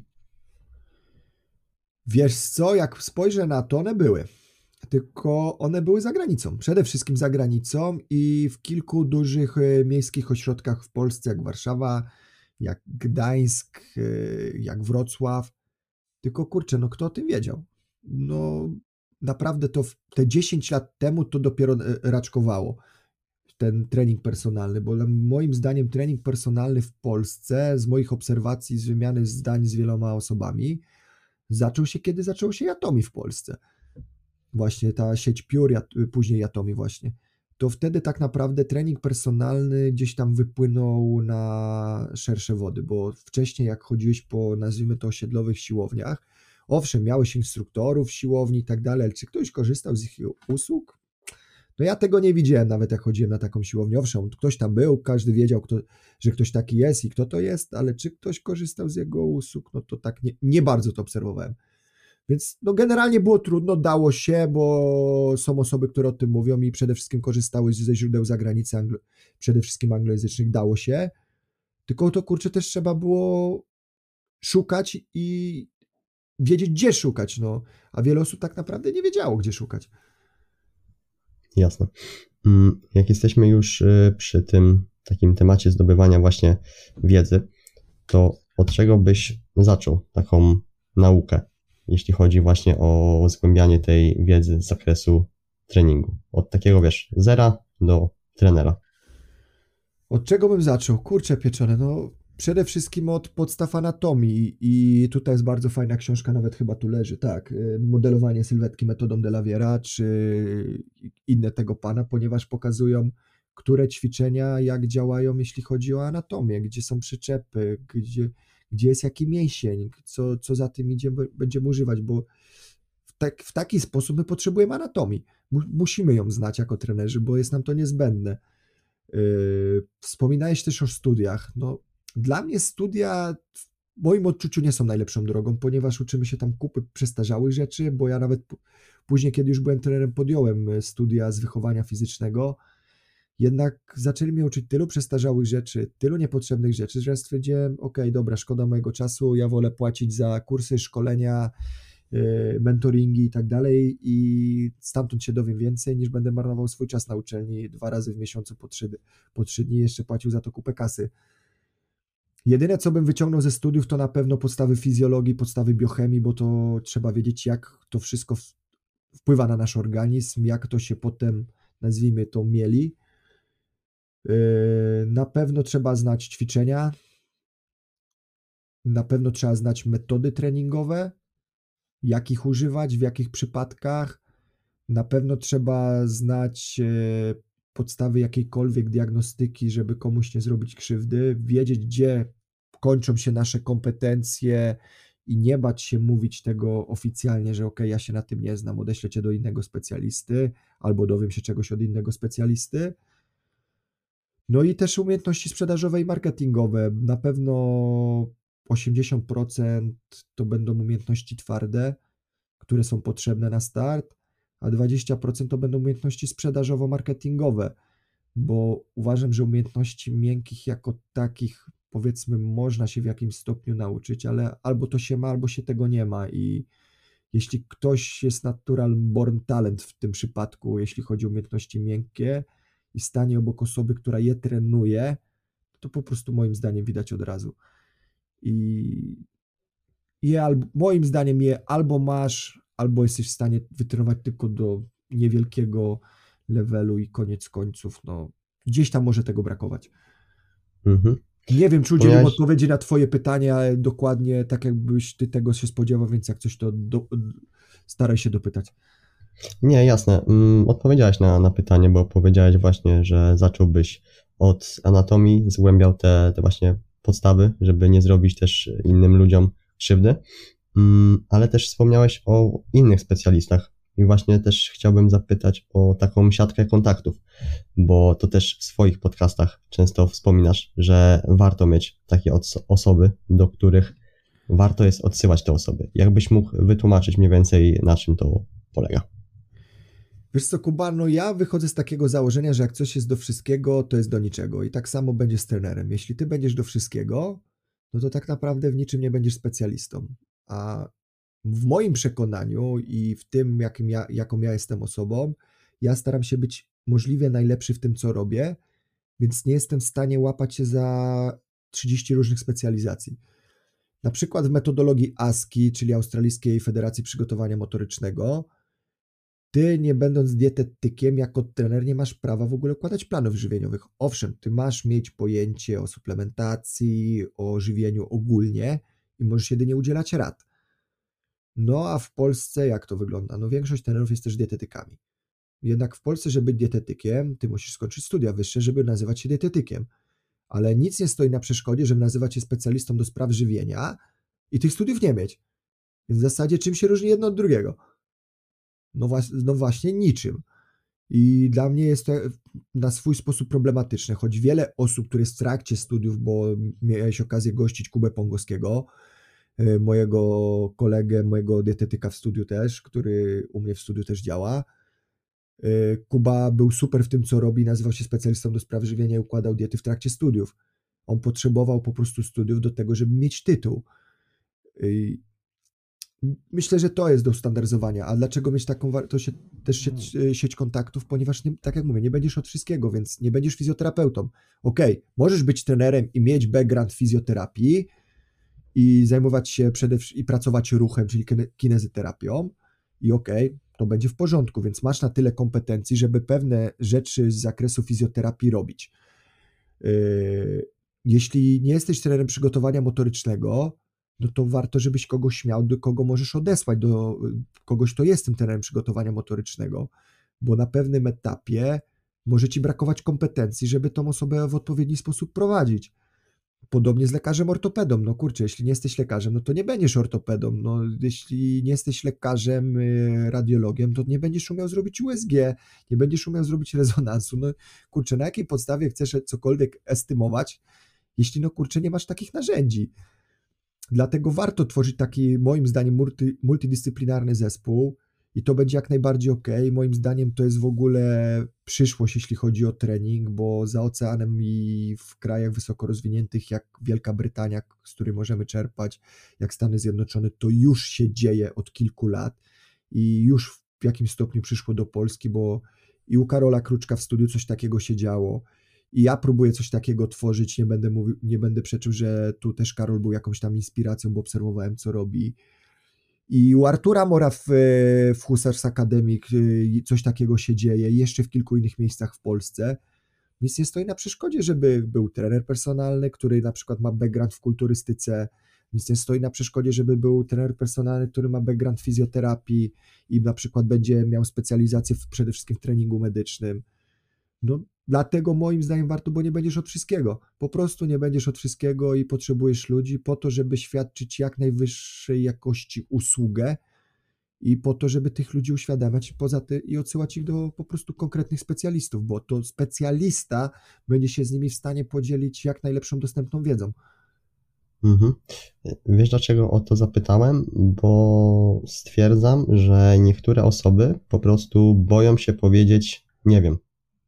Wiesz co, jak spojrzę na to, one były. Tylko one były za granicą. Przede wszystkim za granicą i w kilku dużych y, miejskich ośrodkach w Polsce, jak Warszawa, jak Gdańsk, y, jak Wrocław. Tylko kurczę, no kto o tym wiedział? No naprawdę to w te dziesięć lat temu to dopiero y, raczkowało ten trening personalny, bo moim zdaniem trening personalny w Polsce, z moich obserwacji, z wymiany zdań z wieloma osobami, zaczął się, kiedy zaczęło się Atomi w Polsce. Właśnie ta sieć Pure, później Atomi właśnie. To wtedy tak naprawdę trening personalny gdzieś tam wypłynął na szersze wody, bo wcześniej jak chodziłeś po, nazwijmy to, osiedlowych siłowniach, owszem, miałeś instruktorów siłowni i tak dalej, ale czy ktoś korzystał z ich usług? No ja tego nie widziałem, nawet jak chodziłem na taką siłownię. Owszem, ktoś tam był, każdy wiedział, kto, że ktoś taki jest i kto to jest, ale czy ktoś korzystał z jego usług, no to tak nie, nie bardzo to obserwowałem. Więc no generalnie było trudno, dało się, bo są osoby, które o tym mówią i przede wszystkim korzystały ze źródeł zagranicy, anglo, przede wszystkim anglojęzycznych, dało się. Tylko to kurczę też trzeba było szukać i wiedzieć, gdzie szukać, no. A wiele osób tak naprawdę nie wiedziało, gdzie szukać. Jasne. Jak jesteśmy już przy tym takim temacie zdobywania właśnie wiedzy, to od czego byś zaczął taką naukę, jeśli chodzi właśnie o zgłębianie tej wiedzy z zakresu treningu? Od takiego, wiesz, zera do trenera. Od czego bym zaczął? Kurczę pieczone, no przede wszystkim od podstaw anatomii i tutaj jest bardzo fajna książka, nawet chyba tu leży, tak, modelowanie sylwetki metodą de la Viera, czy inne tego pana, ponieważ pokazują, które ćwiczenia jak działają, jeśli chodzi o anatomię, gdzie są przyczepy, gdzie, gdzie jest jaki mięsień, co, co za tym idzie, będziemy używać, bo w, tak, w taki sposób my potrzebujemy anatomii. Musimy ją znać jako trenerzy, bo jest nam to niezbędne. Yy, wspominałeś też o studiach. No, dla mnie studia w moim odczuciu nie są najlepszą drogą, ponieważ uczymy się tam kupy przestarzałych rzeczy, bo ja nawet p- później, kiedy już byłem trenerem, podjąłem studia z wychowania fizycznego, jednak zaczęli mnie uczyć tylu przestarzałych rzeczy, tylu niepotrzebnych rzeczy, że ja stwierdziłem, okej, dobra, szkoda mojego czasu, ja wolę płacić za kursy, szkolenia, yy, mentoringi i tak dalej i stamtąd się dowiem więcej, niż będę marnował swój czas na uczelni dwa razy w miesiącu po trzy, po trzy dni, jeszcze płacił za to kupę kasy. Jedyne, co bym wyciągnął ze studiów, to na pewno podstawy fizjologii, podstawy biochemii, bo to trzeba wiedzieć, jak to wszystko w- wpływa na nasz organizm, jak to się potem, nazwijmy to, mieli. Yy, Na pewno trzeba znać ćwiczenia, na pewno trzeba znać metody treningowe, jak ich używać, w jakich przypadkach. Na pewno trzeba znać e, podstawy jakiejkolwiek diagnostyki, żeby komuś nie zrobić krzywdy, wiedzieć, gdzie kończą się nasze kompetencje i nie bać się mówić tego oficjalnie, że ok, ja się na tym nie znam, odeślę cię do innego specjalisty albo dowiem się czegoś od innego specjalisty. No i też umiejętności sprzedażowe i marketingowe. Na pewno osiemdziesiąt procent to będą umiejętności twarde, które są potrzebne na start, a dwadzieścia procent to będą umiejętności sprzedażowo-marketingowe, bo uważam, że umiejętności miękkich jako takich, powiedzmy, można się w jakimś stopniu nauczyć, ale albo to się ma, albo się tego nie ma i jeśli ktoś jest natural born talent w tym przypadku, jeśli chodzi o umiejętności miękkie i stanie obok osoby, która je trenuje, to po prostu moim zdaniem widać od razu. I je albo, moim zdaniem je albo masz, albo jesteś w stanie wytrenować tylko do niewielkiego levelu i koniec końców, no gdzieś tam może tego brakować. Mhm. Nie wiem, czy udzieliłem Miałeś... odpowiedzi na twoje pytania dokładnie tak, jakbyś ty tego się spodziewał, więc jak coś to do, staraj się dopytać. Nie, jasne. Mm, Odpowiedziałeś na, na pytanie, bo powiedziałeś właśnie, że zacząłbyś od anatomii, zgłębiał te, te właśnie podstawy, żeby nie zrobić też innym ludziom krzywdy, Mm, ale też wspomniałeś o innych specjalistach i właśnie też chciałbym zapytać o taką siatkę kontaktów, bo to też w swoich podcastach często wspominasz, że warto mieć takie os- osoby, do których warto jest odsyłać te osoby. Jakbyś mógł wytłumaczyć mniej więcej, na czym to polega? Wiesz co, Kuba, no ja wychodzę z takiego założenia, że jak coś jest do wszystkiego, to jest do niczego. I tak samo będzie z trenerem. Jeśli ty będziesz do wszystkiego, no to tak naprawdę w niczym nie będziesz specjalistą. A w moim przekonaniu i w tym, jakim ja, jaką ja jestem osobą, ja staram się być możliwie najlepszy w tym, co robię, więc nie jestem w stanie łapać się za trzydzieści różnych specjalizacji. Na przykład w metodologii A S C I, czyli Australijskiej Federacji Przygotowania Motorycznego, ty, nie będąc dietetykiem, jako trener nie masz prawa w ogóle układać planów żywieniowych. Owszem, ty masz mieć pojęcie o suplementacji, o żywieniu ogólnie i możesz jedynie udzielać rad. No a w Polsce jak to wygląda? No większość trenerów jest też dietetykami. Jednak w Polsce, żeby być dietetykiem, ty musisz skończyć studia wyższe, żeby nazywać się dietetykiem. Ale nic nie stoi na przeszkodzie, żeby nazywać się specjalistą do spraw żywienia i tych studiów nie mieć. Więc w zasadzie czym się różni jedno od drugiego? No, was, no właśnie niczym. I dla mnie jest to na swój sposób problematyczne, choć wiele osób, które jest w trakcie studiów, bo miałeś okazję gościć Kubę Pongowskiego, mojego kolegę, mojego dietetyka w studiu też, który u mnie w studiu też działa. Kuba był super w tym, co robi, nazywał się specjalistą do spraw żywienia i układał diety w trakcie studiów. On potrzebował po prostu studiów do tego, żeby mieć tytuł. Myślę, że to jest do standaryzowania. A dlaczego mieć taką to się, też sieć, sieć kontaktów? Ponieważ, nie, tak jak mówię, nie będziesz od wszystkiego, więc nie będziesz fizjoterapeutą. Okej, okay, możesz być trenerem i mieć background fizjoterapii i zajmować się przede wszystkim i pracować ruchem, czyli kinezyterapią i okej, okay, to będzie w porządku, więc masz na tyle kompetencji, żeby pewne rzeczy z zakresu fizjoterapii robić. Yy, jeśli nie jesteś trenerem przygotowania motorycznego, no to warto, żebyś kogoś miał, do kogo możesz odesłać, do kogoś, kto jest tym trenerem przygotowania motorycznego, bo na pewnym etapie może ci brakować kompetencji, żeby tą osobę w odpowiedni sposób prowadzić. Podobnie z lekarzem ortopedą. No kurczę, jeśli nie jesteś lekarzem, no to nie będziesz ortopedą. No, jeśli nie jesteś lekarzem, radiologiem, to nie będziesz umiał zrobić U S G, nie będziesz umiał zrobić rezonansu. No kurczę, na jakiej podstawie chcesz cokolwiek estymować, jeśli no kurczę, nie masz takich narzędzi. Dlatego warto tworzyć taki, moim zdaniem, multi, multidyscyplinarny zespół i to będzie jak najbardziej ok. Moim zdaniem to jest w ogóle przyszłość, jeśli chodzi o trening, bo za oceanem i w krajach wysoko rozwiniętych jak Wielka Brytania, z której możemy czerpać, jak Stany Zjednoczone, to już się dzieje od kilku lat i już w jakimś stopniu przyszło do Polski, bo i u Karola Kruczka w studiu coś takiego się działo. I ja próbuję coś takiego tworzyć, nie będę mówił, nie będę przeczył, że tu też Karol był jakąś tam inspiracją, bo obserwowałem, co robi. I u Artura Mora w, w Hussars Academy coś takiego się dzieje, jeszcze w kilku innych miejscach w Polsce. Nic nie stoi na przeszkodzie, żeby był trener personalny, który na przykład ma background w kulturystyce. Nic nie stoi na przeszkodzie, żeby był trener personalny, który ma background w fizjoterapii i na przykład będzie miał specjalizację w, przede wszystkim w treningu medycznym. No, dlatego moim zdaniem warto, bo nie będziesz od wszystkiego. Po prostu nie będziesz od wszystkiego i potrzebujesz ludzi po to, żeby świadczyć jak najwyższej jakości usługę i po to, żeby tych ludzi uświadamiać poza tym i odsyłać ich do po prostu konkretnych specjalistów, bo to specjalista będzie się z nimi w stanie podzielić jak najlepszą dostępną wiedzą. Mhm. Wiesz, dlaczego o to zapytałem? Bo stwierdzam, że niektóre osoby po prostu boją się powiedzieć nie wiem.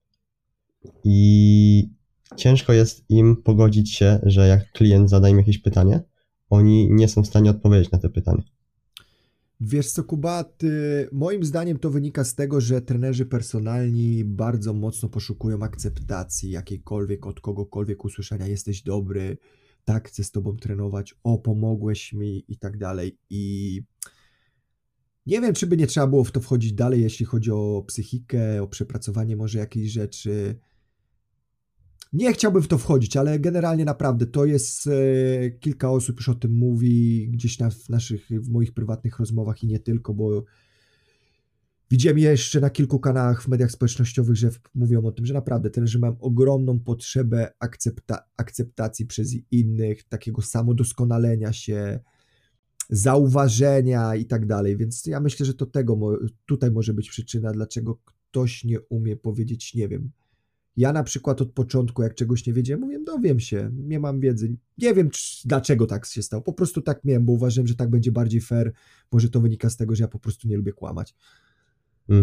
I ciężko jest im pogodzić się, że jak klient zada im jakieś pytanie, oni nie są w stanie odpowiedzieć na te pytanie. Wiesz co, Kuba, ty, moim zdaniem to wynika z tego, że trenerzy personalni bardzo mocno poszukują akceptacji jakiejkolwiek, od kogokolwiek usłyszenia jesteś dobry, tak, chcę z tobą trenować, o, pomogłeś mi i tak dalej. I nie wiem, czy by nie trzeba było w to wchodzić dalej, jeśli chodzi o psychikę, o przepracowanie może jakiejś rzeczy. Nie chciałbym w to wchodzić, ale generalnie naprawdę to jest, e, kilka osób już o tym mówi gdzieś na, w naszych, w moich prywatnych rozmowach i nie tylko, bo widziałem jeszcze na kilku kanałach w mediach społecznościowych, że w, mówią o tym, że naprawdę trenerzy mają ogromną potrzebę akcepta, akceptacji przez innych, takiego samodoskonalenia się, zauważenia i tak dalej, więc ja myślę, że to tego mo, tutaj może być przyczyna, dlaczego ktoś nie umie powiedzieć nie wiem. Ja na przykład od początku, jak czegoś nie wiedziałem, mówię, dowiem się, nie mam wiedzy. Nie wiem, czy, dlaczego tak się stało. Po prostu tak miałem, bo uważałem, że tak będzie bardziej fair. Może to wynika z tego, że ja po prostu nie lubię kłamać. Mhm.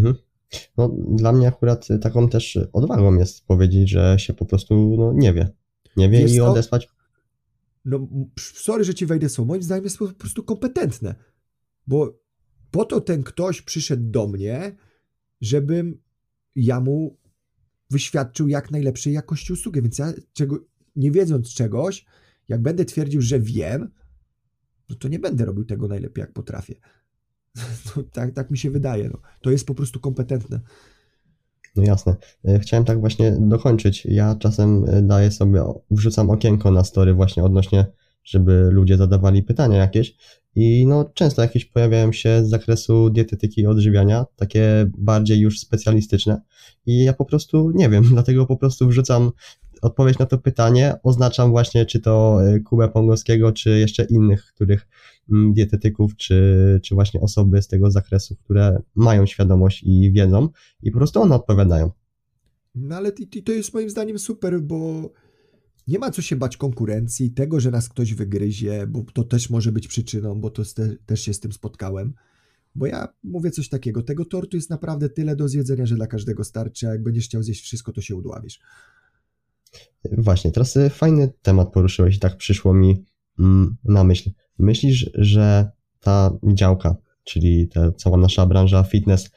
No, dla mnie akurat taką też odwagą jest powiedzieć, że się po prostu no, nie wie. Nie wie Wiesz i co? odesłać. No, m- sorry, że ci wejdę słowo. Moim zdaniem jest po prostu kompetentne, bo po to ten ktoś przyszedł do mnie, żebym ja mu wyświadczył jak najlepszej jakości usługę, więc ja czego, nie wiedząc czegoś, jak będę twierdził, że wiem, no to nie będę robił tego najlepiej, jak potrafię. No, tak, tak mi się wydaje. No. To jest po prostu kompetentne. No jasne. E, Chciałem tak właśnie dokończyć. Ja czasem e, daję sobie, wrzucam okienko na story właśnie odnośnie, żeby ludzie zadawali pytania jakieś i no często jakieś pojawiają się z zakresu dietetyki i odżywiania, takie bardziej już specjalistyczne i ja po prostu nie wiem, dlatego po prostu wrzucam odpowiedź na to pytanie, oznaczam właśnie czy to e, Kubę Pongowskiego, czy jeszcze innych, których mm, dietetyków, czy, czy właśnie osoby z tego zakresu, które mają świadomość i wiedzą, i po prostu one odpowiadają. No ale i- i to jest moim zdaniem super, bo nie ma co się bać konkurencji, tego, że nas ktoś wygryzie, bo to też może być przyczyną, bo to ste, też się z tym spotkałem. Bo ja mówię coś takiego, tego tortu jest naprawdę tyle do zjedzenia, że dla każdego starczy, a jak będziesz chciał zjeść wszystko, to się udławisz. Właśnie, teraz y, fajny temat poruszyłeś i tak przyszło mi mm, na myśl. Myślisz, że ta działka, czyli ta cała nasza branża fitness,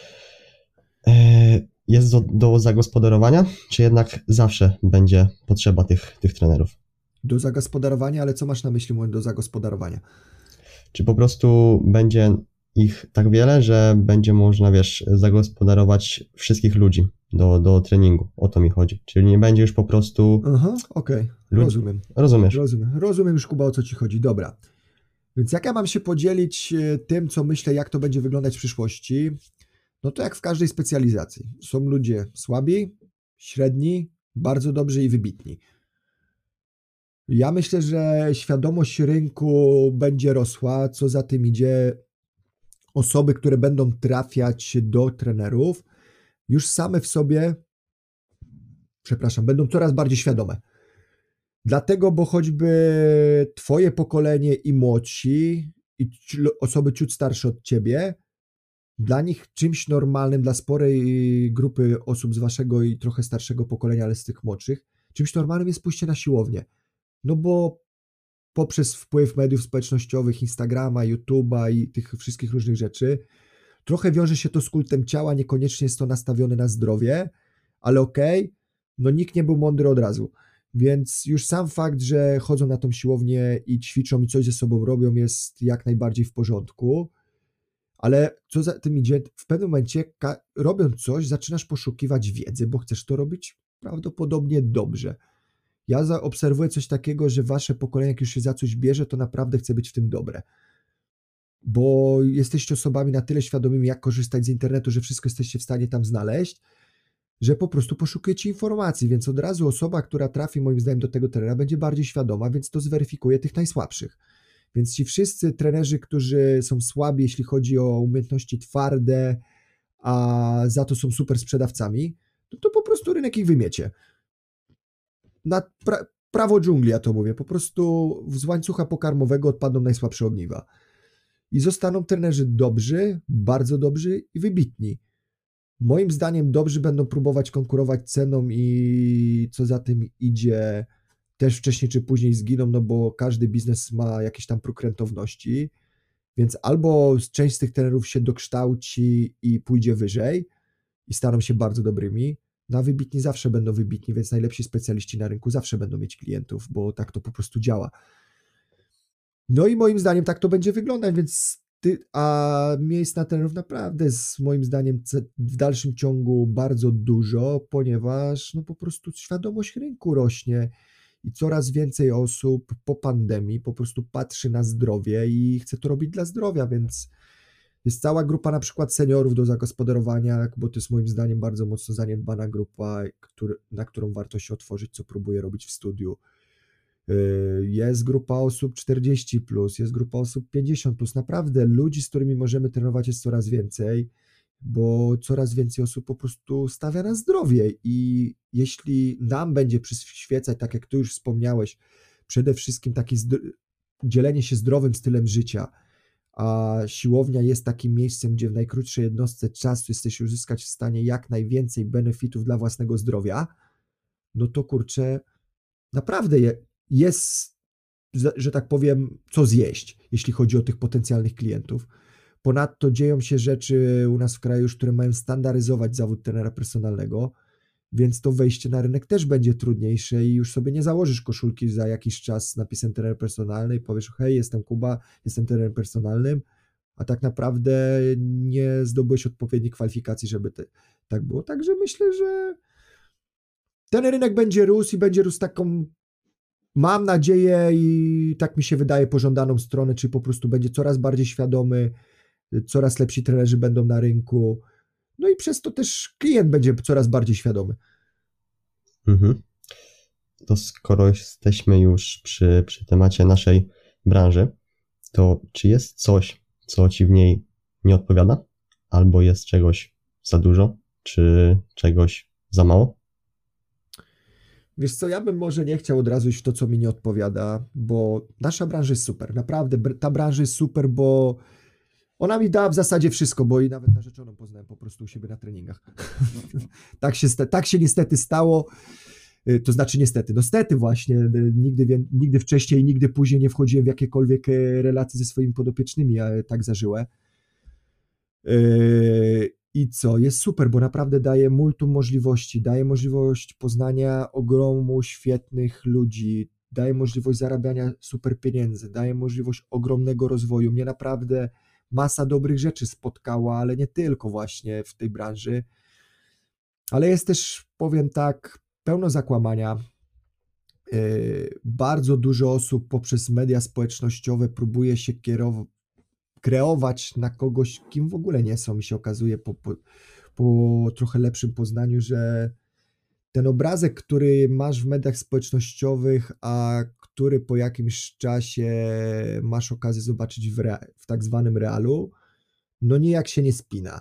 e, jest do, do zagospodarowania, czy jednak zawsze będzie potrzeba tych, tych trenerów? Do zagospodarowania, ale co masz na myśli mówiąc do zagospodarowania? Czy po prostu będzie ich tak wiele, że będzie można, wiesz, zagospodarować wszystkich ludzi do, do treningu? O to mi chodzi. Czyli nie będzie już po prostu Aha, okej, ludzi. rozumiem. Rozumiesz? Rozumiem. Rozumiem już, Kuba, o co ci chodzi. Dobra. Więc jak ja mam się podzielić e, tym, co myślę, jak to będzie wyglądać w przyszłości, no to jak w każdej specjalizacji. Są ludzie słabi, średni, bardzo dobrzy i wybitni. Ja myślę, że świadomość rynku będzie rosła, co za tym idzie. Osoby, które będą trafiać do trenerów, już same w sobie, przepraszam, będą coraz bardziej świadome. Dlatego, bo choćby twoje pokolenie i młodsi, i osoby ciut starsze od ciebie, dla nich czymś normalnym, dla sporej grupy osób z waszego i trochę starszego pokolenia, ale z tych młodszych, czymś normalnym jest pójście na siłownię. No bo poprzez wpływ mediów społecznościowych, Instagrama, YouTube'a i tych wszystkich różnych rzeczy, trochę wiąże się to z kultem ciała, niekoniecznie jest to nastawione na zdrowie, ale okej, okay, no nikt nie był mądry od razu. Więc już sam fakt, że chodzą na tą siłownię i ćwiczą i coś ze sobą robią, jest jak najbardziej w porządku. Ale co za tym idzie, w pewnym momencie robiąc coś, zaczynasz poszukiwać wiedzy, bo chcesz to robić prawdopodobnie dobrze. Ja zaobserwuję coś takiego, że wasze pokolenie, jak już się za coś bierze, to naprawdę chce być w tym dobre. Bo jesteście osobami na tyle świadomymi, jak korzystać z internetu, że wszystko jesteście w stanie tam znaleźć, że po prostu poszukujecie informacji, więc od razu osoba, która trafi moim zdaniem do tego trenera, będzie bardziej świadoma, więc to zweryfikuje tych najsłabszych. Więc ci wszyscy trenerzy, którzy są słabi, jeśli chodzi o umiejętności twarde, a za to są super sprzedawcami, to, to po prostu rynek ich wymiecie. Na pra- prawo dżungli, ja to mówię, po prostu z łańcucha pokarmowego odpadną najsłabsze ogniwa. I zostaną trenerzy dobrzy, bardzo dobrzy i wybitni. Moim zdaniem dobrzy będą próbować konkurować ceną i co za tym idzie, też wcześniej czy później zginą, no bo każdy biznes ma jakiś tam próg rentowności, więc albo część z tych trenerów się dokształci i pójdzie wyżej i staną się bardzo dobrymi, no a wybitni zawsze będą wybitni, więc najlepsi specjaliści na rynku zawsze będą mieć klientów, bo tak to po prostu działa. No i moim zdaniem tak to będzie wyglądać, więc ty, a miejsc na trenerów naprawdę jest moim zdaniem w dalszym ciągu bardzo dużo, ponieważ no po prostu świadomość rynku rośnie i coraz więcej osób po pandemii po prostu patrzy na zdrowie i chce to robić dla zdrowia, więc jest cała grupa na przykład seniorów do zagospodarowania, bo to jest moim zdaniem bardzo mocno zaniedbana grupa, który, na którą warto się otworzyć, co próbuję robić w studiu. Jest grupa osób czterdzieści plus, jest grupa osób pięćdziesiąt plus. Naprawdę ludzi, z którymi możemy trenować, jest coraz więcej, bo coraz więcej osób po prostu stawia na zdrowie i jeśli nam będzie przyświecać, tak jak ty już wspomniałeś, przede wszystkim takie zdro- dzielenie się zdrowym stylem życia, a siłownia jest takim miejscem, gdzie w najkrótszej jednostce czasu jesteś uzyskać w stanie jak najwięcej benefitów dla własnego zdrowia, no to kurczę, naprawdę je, jest, że tak powiem, co zjeść, jeśli chodzi o tych potencjalnych klientów. Ponadto dzieją się rzeczy u nas w kraju już, które mają standaryzować zawód trenera personalnego, więc to wejście na rynek też będzie trudniejsze i już sobie nie założysz koszulki za jakiś czas z napisem trener personalny i powiesz, hej, jestem Kuba, jestem trenerem personalnym, a tak naprawdę nie zdobyłeś odpowiednich kwalifikacji, żeby te, tak było. Także myślę, że ten rynek będzie rósł i będzie rósł taką, mam nadzieję i tak mi się wydaje, pożądaną stronę, czyli po prostu będzie coraz bardziej świadomy, coraz lepsi trenerzy będą na rynku, no i przez to też klient będzie coraz bardziej świadomy. Mhm. To skoro jesteśmy już przy, przy temacie naszej branży, to czy jest coś, co ci w niej nie odpowiada? Albo jest czegoś za dużo, czy czegoś za mało? Wiesz co, ja bym może nie chciał od razu iść w to, co mi nie odpowiada, bo nasza branża jest super, naprawdę, ta branża jest super, bo ona mi dała w zasadzie wszystko, bo i nawet narzeczoną poznałem po prostu u siebie na treningach. tak, się, tak się niestety stało, to znaczy niestety, no stety właśnie, nigdy, nigdy wcześniej, nigdy później nie wchodziłem w jakiekolwiek relacje ze swoimi podopiecznymi, ale tak zażyłem. I co, jest super, bo naprawdę daje multum możliwości, daje możliwość poznania ogromu świetnych ludzi, daje możliwość zarabiania super pieniędzy, daje możliwość ogromnego rozwoju. Mnie naprawdę masa dobrych rzeczy spotkała, ale nie tylko właśnie w tej branży, ale jest też, powiem tak, pełno zakłamania. Bardzo dużo osób poprzez media społecznościowe próbuje się kierować, kreować na kogoś, kim w ogóle nie są. Mi się okazuje po, po, po trochę lepszym poznaniu, że ten obrazek, który masz w mediach społecznościowych, a który po jakimś czasie masz okazję zobaczyć w, rea- w tak zwanym realu, no nijak się nie spina.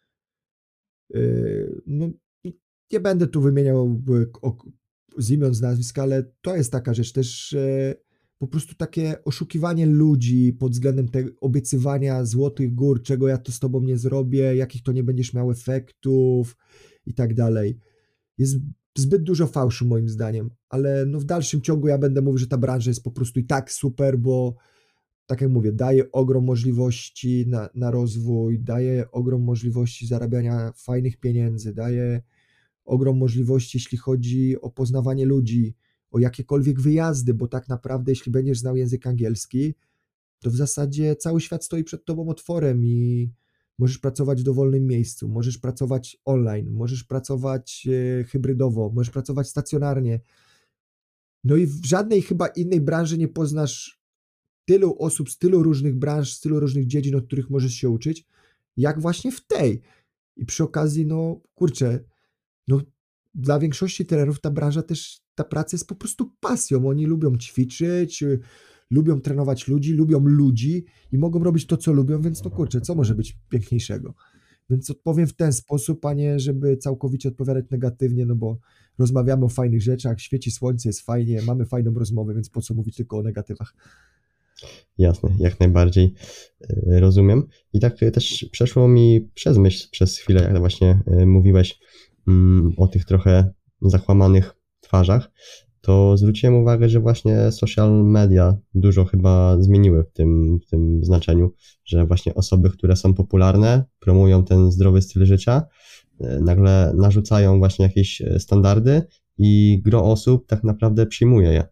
Yy, no, nie będę tu wymieniał z imion, z nazwisk, ale to jest taka rzecz też, że po prostu takie oszukiwanie ludzi pod względem tego obiecywania złotych gór, czego ja to z tobą nie zrobię, jakich to nie będziesz miał efektów i tak dalej. Jest zbyt dużo fałszu moim zdaniem, ale no w dalszym ciągu ja będę mówił, że ta branża jest po prostu i tak super, bo tak jak mówię, daje ogrom możliwości na, na rozwój, daje ogrom możliwości zarabiania fajnych pieniędzy, daje ogrom możliwości, jeśli chodzi o poznawanie ludzi, o jakiekolwiek wyjazdy, bo tak naprawdę jeśli będziesz znał język angielski, to w zasadzie cały świat stoi przed tobą otworem i możesz pracować w dowolnym miejscu, możesz pracować online, możesz pracować e, hybrydowo, możesz pracować stacjonarnie. No i w żadnej chyba innej branży nie poznasz tylu osób z tylu różnych branż, z tylu różnych dziedzin, od których możesz się uczyć, jak właśnie w tej. I przy okazji, no kurczę, no dla większości trenerów ta branża też, ta praca jest po prostu pasją. Oni lubią ćwiczyć, lubią trenować ludzi, lubią ludzi i mogą robić to, co lubią, więc no kurczę, co może być piękniejszego? Więc odpowiem w ten sposób, a nie żeby całkowicie odpowiadać negatywnie, no bo rozmawiamy o fajnych rzeczach, świeci słońce, jest fajnie, mamy fajną rozmowę, więc po co mówić tylko o negatywach? Jasne, jak najbardziej rozumiem. I tak też przeszło mi przez myśl przez chwilę, jak właśnie mówiłeś mm, o tych trochę zakłamanych twarzach, to zwróciłem uwagę, że właśnie social media dużo chyba zmieniły w tym, w tym znaczeniu, że właśnie osoby, które są popularne, promują ten zdrowy styl życia, nagle narzucają właśnie jakieś standardy i gro osób tak naprawdę przyjmuje je.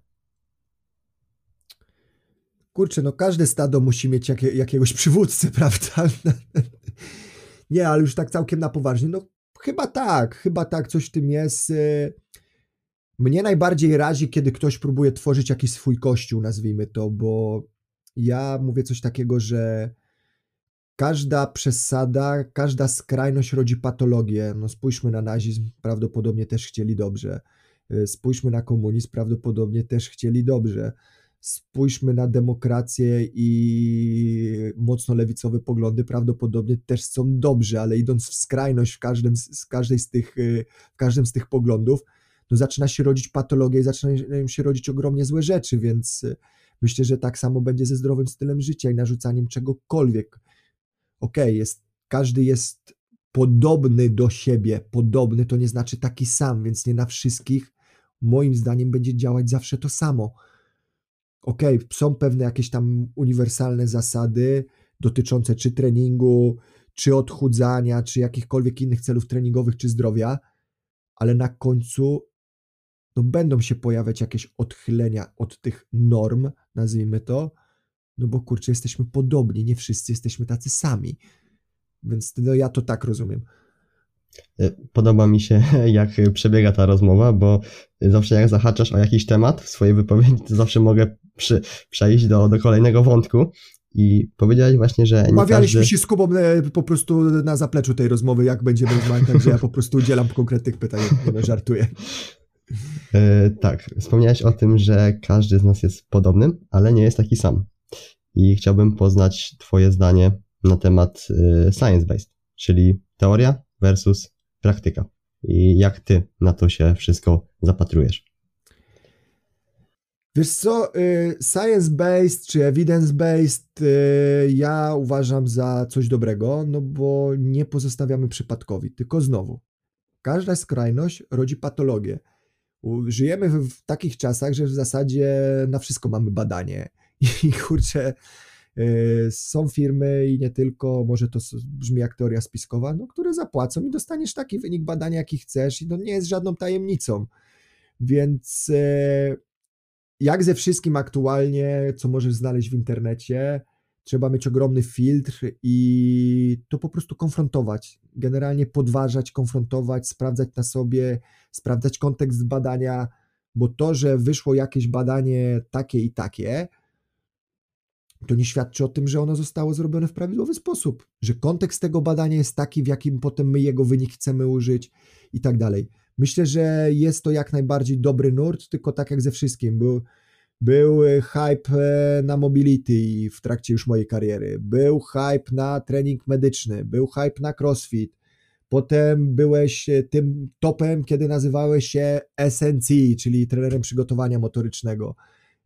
Kurczę, no każde stado musi mieć jakie, jakiegoś przywódcę, prawda? Nie, ale już tak całkiem na poważnie, no chyba tak, chyba tak, coś w tym jest. Mnie najbardziej razi, kiedy ktoś próbuje tworzyć jakiś swój kościół, nazwijmy to, bo ja mówię coś takiego, że każda przesada, każda skrajność rodzi patologię. No spójrzmy na nazizm, prawdopodobnie też chcieli dobrze. Spójrzmy na komunizm, prawdopodobnie też chcieli dobrze. Spójrzmy na demokrację i mocno lewicowe poglądy, prawdopodobnie też są dobrze, ale idąc w skrajność w każdym z, każdej z tych, w każdym z tych poglądów, no zaczyna się rodzić patologia i zaczynają się rodzić ogromnie złe rzeczy, więc Myślę, że tak samo będzie ze zdrowym stylem życia i narzucaniem czegokolwiek. Okej, okay, jest, każdy jest podobny do siebie. Podobny to nie znaczy taki sam, więc nie na wszystkich moim zdaniem będzie działać zawsze to samo. Okej, okay, są pewne jakieś tam uniwersalne zasady dotyczące czy treningu, czy odchudzania, czy jakichkolwiek innych celów treningowych, czy zdrowia, ale na końcu no, będą się pojawiać jakieś odchylenia od tych norm, nazwijmy to, no bo kurczę, jesteśmy podobni, nie wszyscy jesteśmy tacy sami. Więc no, ja to tak rozumiem. Podoba mi się, jak przebiega ta rozmowa, bo zawsze jak zahaczasz o jakiś temat w swojej wypowiedzi, to zawsze mogę przy, przejść do, do kolejnego wątku i powiedziałeś właśnie, że nie Umawialiśmy każdy... się z Kubą po prostu na zapleczu tej rozmowy, jak będziemy rozmawiać, także ja po prostu udzielam konkretnych pytań, nie no, żartuję. Yy, tak, wspomniałeś o tym, że każdy z nas jest podobny, ale nie jest taki sam. I chciałbym poznać twoje zdanie na temat yy, science-based, czyli teoria versus praktyka. I jak ty na to się wszystko zapatrujesz? Wiesz co, science-based czy evidence-based ja uważam za coś dobrego, no bo nie pozostawiamy przypadkowi, tylko znowu, każda skrajność rodzi patologię. Żyjemy w takich czasach, że w zasadzie na wszystko mamy badanie i kurczę, są firmy i nie tylko, może to brzmi jak teoria spiskowa, no, które zapłacą i dostaniesz taki wynik badania, jaki chcesz i to nie jest żadną tajemnicą. Więc jak ze wszystkim aktualnie, co możesz znaleźć w internecie, trzeba mieć ogromny filtr i to po prostu konfrontować. Generalnie podważać, konfrontować, sprawdzać na sobie, sprawdzać kontekst badania, bo to, że wyszło jakieś badanie takie i takie, to nie świadczy o tym, że ono zostało zrobione w prawidłowy sposób, że kontekst tego badania jest taki, w jakim potem my jego wynik chcemy użyć i tak dalej. Myślę, że jest to jak najbardziej dobry nurt, tylko tak jak ze wszystkim. Był, był hype na mobility w trakcie już mojej kariery, był hype na trening medyczny, był hype na crossfit, potem byłeś tym topem, kiedy nazywałeś się S N C, czyli trenerem przygotowania motorycznego.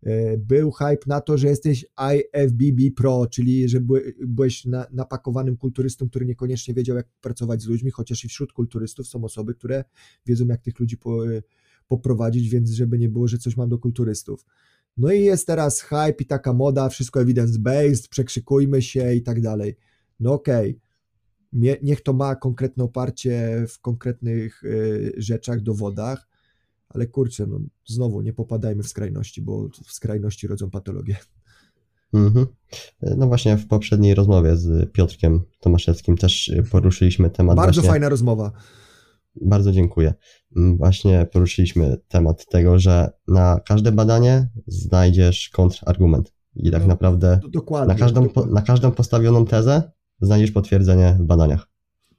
Był hype na to, że jesteś I F B B Pro, czyli że byłeś na, napakowanym kulturystą, który niekoniecznie wiedział, jak pracować z ludźmi, chociaż i wśród kulturystów są osoby, które wiedzą, jak tych ludzi po, poprowadzić, więc żeby nie było, że coś mam do kulturystów. No i jest teraz hype i taka moda, wszystko evidence-based, przekrzykujmy się i tak dalej. No okej, okay. Niech to ma konkretne oparcie w konkretnych y, rzeczach, dowodach, ale kurczę, no znowu nie popadajmy w skrajności, bo w skrajności rodzą patologię. Mm-hmm. No właśnie w poprzedniej rozmowie z Piotrkiem Tomaszewskim też poruszyliśmy temat. Bardzo właśnie... fajna rozmowa. Bardzo dziękuję. Właśnie poruszyliśmy temat tego, że na każde badanie znajdziesz kontrargument i tak no, naprawdę dokładnie, na, każdą, dokładnie. na każdą postawioną tezę znajdziesz potwierdzenie w badaniach.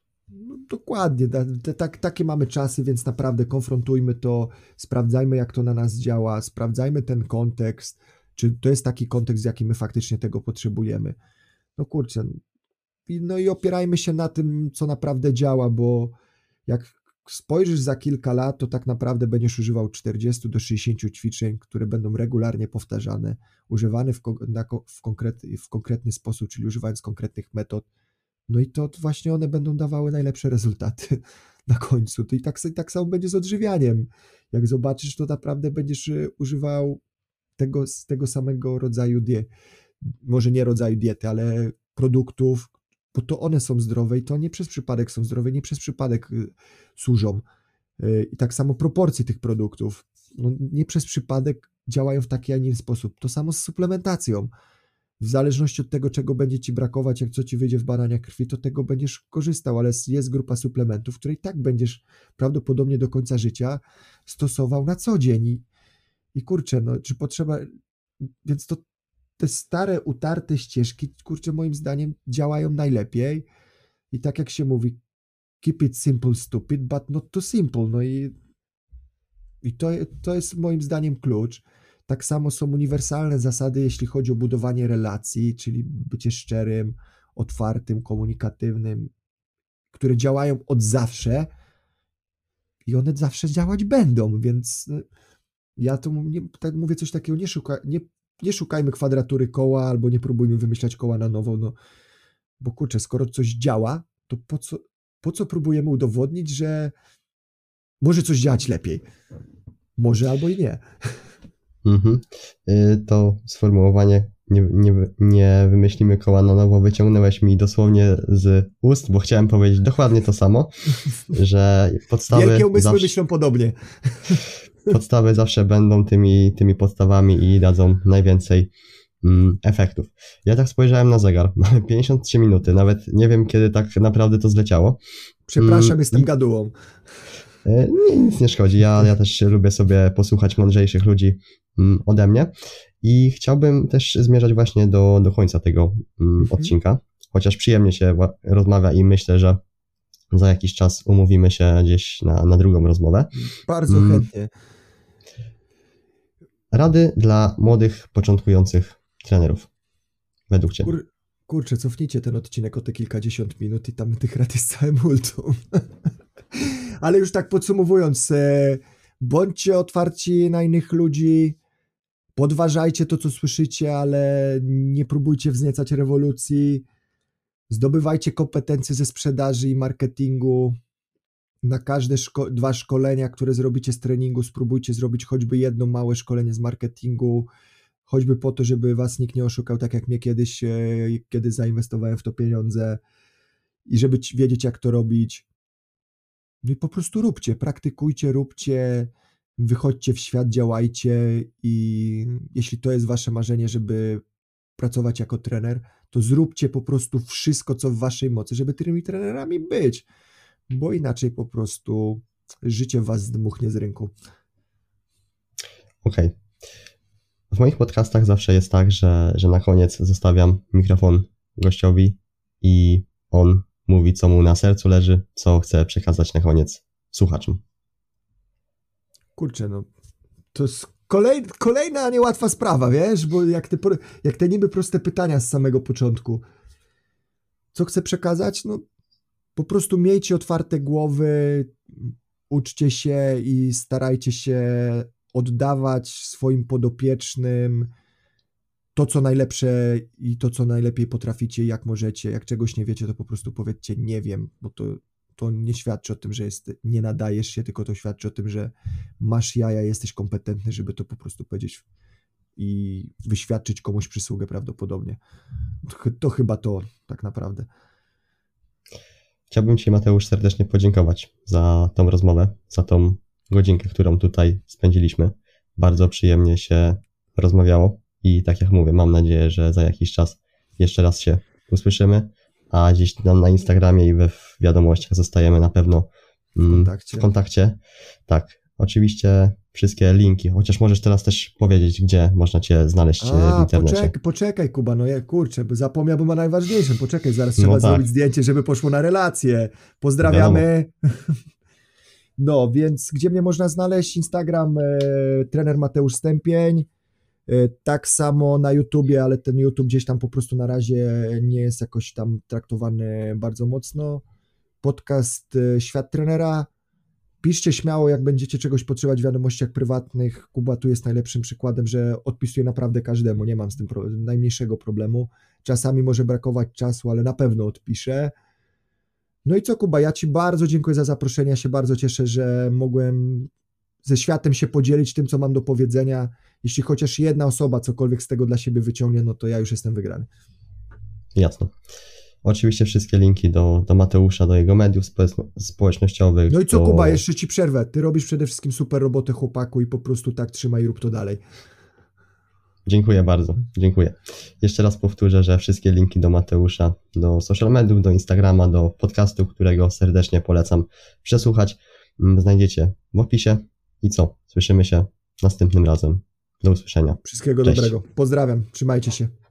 Dokładnie, tak, takie mamy czasy, więc naprawdę konfrontujmy to, sprawdzajmy, jak to na nas działa, sprawdzajmy ten kontekst, czy to jest taki kontekst, jaki my faktycznie tego potrzebujemy. No kurczę, no i opierajmy się na tym, co naprawdę działa, bo jak spojrzysz za kilka lat, to tak naprawdę będziesz używał czterdziestu do sześćdziesięciu ćwiczeń, które będą regularnie powtarzane, używane w, na, w, konkret, w konkretny sposób, czyli używając konkretnych metod. No i to właśnie one będą dawały najlepsze rezultaty na końcu. To i tak, i tak samo będzie z odżywianiem. Jak zobaczysz, to naprawdę będziesz używał tego, tego samego rodzaju diety, może nie rodzaju diety, ale produktów, bo to one są zdrowe i to nie przez przypadek są zdrowe, nie przez przypadek służą. I tak samo proporcje tych produktów, no nie przez przypadek działają w taki, a nie inny sposób. To samo z suplementacją. W zależności od tego, czego będzie ci brakować, jak co ci wyjdzie w badaniach krwi, to tego będziesz korzystał, ale jest grupa suplementów, które i tak będziesz prawdopodobnie do końca życia stosował na co dzień. I, i kurczę, no, czy potrzeba... Więc to te stare, utarte ścieżki, kurczę, moim zdaniem działają najlepiej i tak jak się mówi, keep it simple, stupid, but not too simple. No i, i to, to jest moim zdaniem klucz. Tak samo są uniwersalne zasady, jeśli chodzi o budowanie relacji, czyli bycie szczerym, otwartym, komunikatywnym, które działają od zawsze i one zawsze działać będą, więc ja to nie, tak mówię coś takiego, nie, szuka, nie nie szukajmy kwadratury koła albo nie próbujmy wymyślać koła na nowo, no bo kurczę, skoro coś działa, to po co, po co próbujemy udowodnić, że może coś działać lepiej? Może albo i nie. Mhm. To sformułowanie nie, nie, nie wymyślimy koła na nowo wyciągnąłeś mi dosłownie z ust, bo chciałem powiedzieć dokładnie to samo, że podstawy Wielkie umysły zawsze, myślą podobnie. podstawy zawsze będą tymi, tymi podstawami i dadzą najwięcej mm, efektów. Ja tak spojrzałem na zegar, mamy pięćdziesiąt trzy minuty, nawet nie wiem kiedy tak naprawdę to zleciało. Przepraszam, Mm, jestem i- gadułą. Nie, nic nie szkodzi. Ja, ja też lubię sobie posłuchać mądrzejszych ludzi mm, ode mnie i chciałbym też zmierzać właśnie do, do końca tego mm, Mhm. odcinka, chociaż przyjemnie się wa- rozmawia i myślę, że za jakiś czas umówimy się gdzieś na, na drugą rozmowę. Bardzo Mm. chętnie. Rady dla młodych, początkujących trenerów, według Ciebie. Kur, kurczę, cofnijcie ten odcinek o te kilkadziesiąt minut i tam tych rad jest całe multum. Ale już tak podsumowując, e, bądźcie otwarci na innych ludzi, podważajcie to, co słyszycie, ale nie próbujcie wzniecać rewolucji, zdobywajcie kompetencje ze sprzedaży i marketingu. Na każde szko- dwa szkolenia, które zrobicie z treningu, spróbujcie zrobić choćby jedno małe szkolenie z marketingu, choćby po to, żeby was nikt nie oszukał, tak jak mnie kiedyś, e, kiedy zainwestowałem w to pieniądze i żeby ci- wiedzieć, jak to robić. No i po prostu róbcie, praktykujcie, róbcie, wychodźcie w świat, działajcie i jeśli to jest wasze marzenie, żeby pracować jako trener, to zróbcie po prostu wszystko, co w waszej mocy, żeby tymi trenerami być, bo inaczej po prostu życie was zdmuchnie z rynku. Okej. W moich podcastach zawsze jest tak, że, że na koniec zostawiam mikrofon gościowi i on mówi, co mu na sercu leży, co chce przekazać na koniec słuchaczom. Kurczę, no to jest kolej, kolejna niełatwa sprawa, wiesz, bo jak te, por- jak te niby proste pytania z samego początku. Co chcę przekazać? No po prostu miejcie otwarte głowy, uczcie się i starajcie się oddawać swoim podopiecznym to, co najlepsze i to, co najlepiej potraficie, jak możecie. Jak czegoś nie wiecie, to po prostu powiedzcie nie wiem, bo to, to nie świadczy o tym, że jest, nie nadajesz się, tylko to świadczy o tym, że masz jaja, jesteś kompetentny, żeby to po prostu powiedzieć i wyświadczyć komuś przysługę prawdopodobnie. To, ch- to chyba to tak naprawdę. Chciałbym Ci, Mateusz, serdecznie podziękować za tą rozmowę, za tą godzinkę, którą tutaj spędziliśmy. Bardzo przyjemnie się rozmawiało i tak jak mówię, mam nadzieję, że za jakiś czas jeszcze raz się usłyszymy, a gdzieś tam na Instagramie i we wiadomościach zostajemy na pewno mm, W kontakcie. w kontakcie. Tak, oczywiście wszystkie linki, chociaż możesz teraz też powiedzieć, gdzie można Cię znaleźć e, w A, internecie. poczekaj, poczekaj, Kuba, no ja, kurczę, bo zapomniałbym o najważniejszym. Poczekaj, zaraz trzeba No tak. zrobić zdjęcie, żeby poszło na relację. Pozdrawiamy. No, więc gdzie mnie można znaleźć? Instagram, e, trener Mateusz Stępień. E, tak samo na YouTubie, ale ten YouTube gdzieś tam po prostu na razie nie jest jakoś tam traktowany bardzo mocno. Podcast e, Świat Trenera. Piszcie śmiało, jak będziecie czegoś potrzebować w wiadomościach prywatnych. Kuba tu jest najlepszym przykładem, że odpisuję naprawdę każdemu. Nie mam z tym pro- najmniejszego problemu. Czasami może brakować czasu, ale na pewno odpiszę. No i co, Kuba, ja Ci bardzo dziękuję za zaproszenie. Ja się bardzo cieszę, że mogłem ze światem się podzielić tym, co mam do powiedzenia. Jeśli chociaż jedna osoba cokolwiek z tego dla siebie wyciągnie, no to ja już jestem wygrany. Jasne. Oczywiście wszystkie linki do, do Mateusza, do jego mediów spo- społecznościowych. No i co, do... Kuba, jeszcze Ci przerwę. Ty robisz przede wszystkim super robotę, chłopaku, i po prostu tak trzymaj i rób to dalej. Dziękuję bardzo, dziękuję. Jeszcze raz powtórzę, że wszystkie linki do Mateusza, do social mediów, do Instagrama, do podcastu, którego serdecznie polecam przesłuchać, mm, znajdziecie w opisie. I co? Słyszymy się następnym razem. Do usłyszenia. Wszystkiego Cześć. dobrego. Pozdrawiam. Trzymajcie się.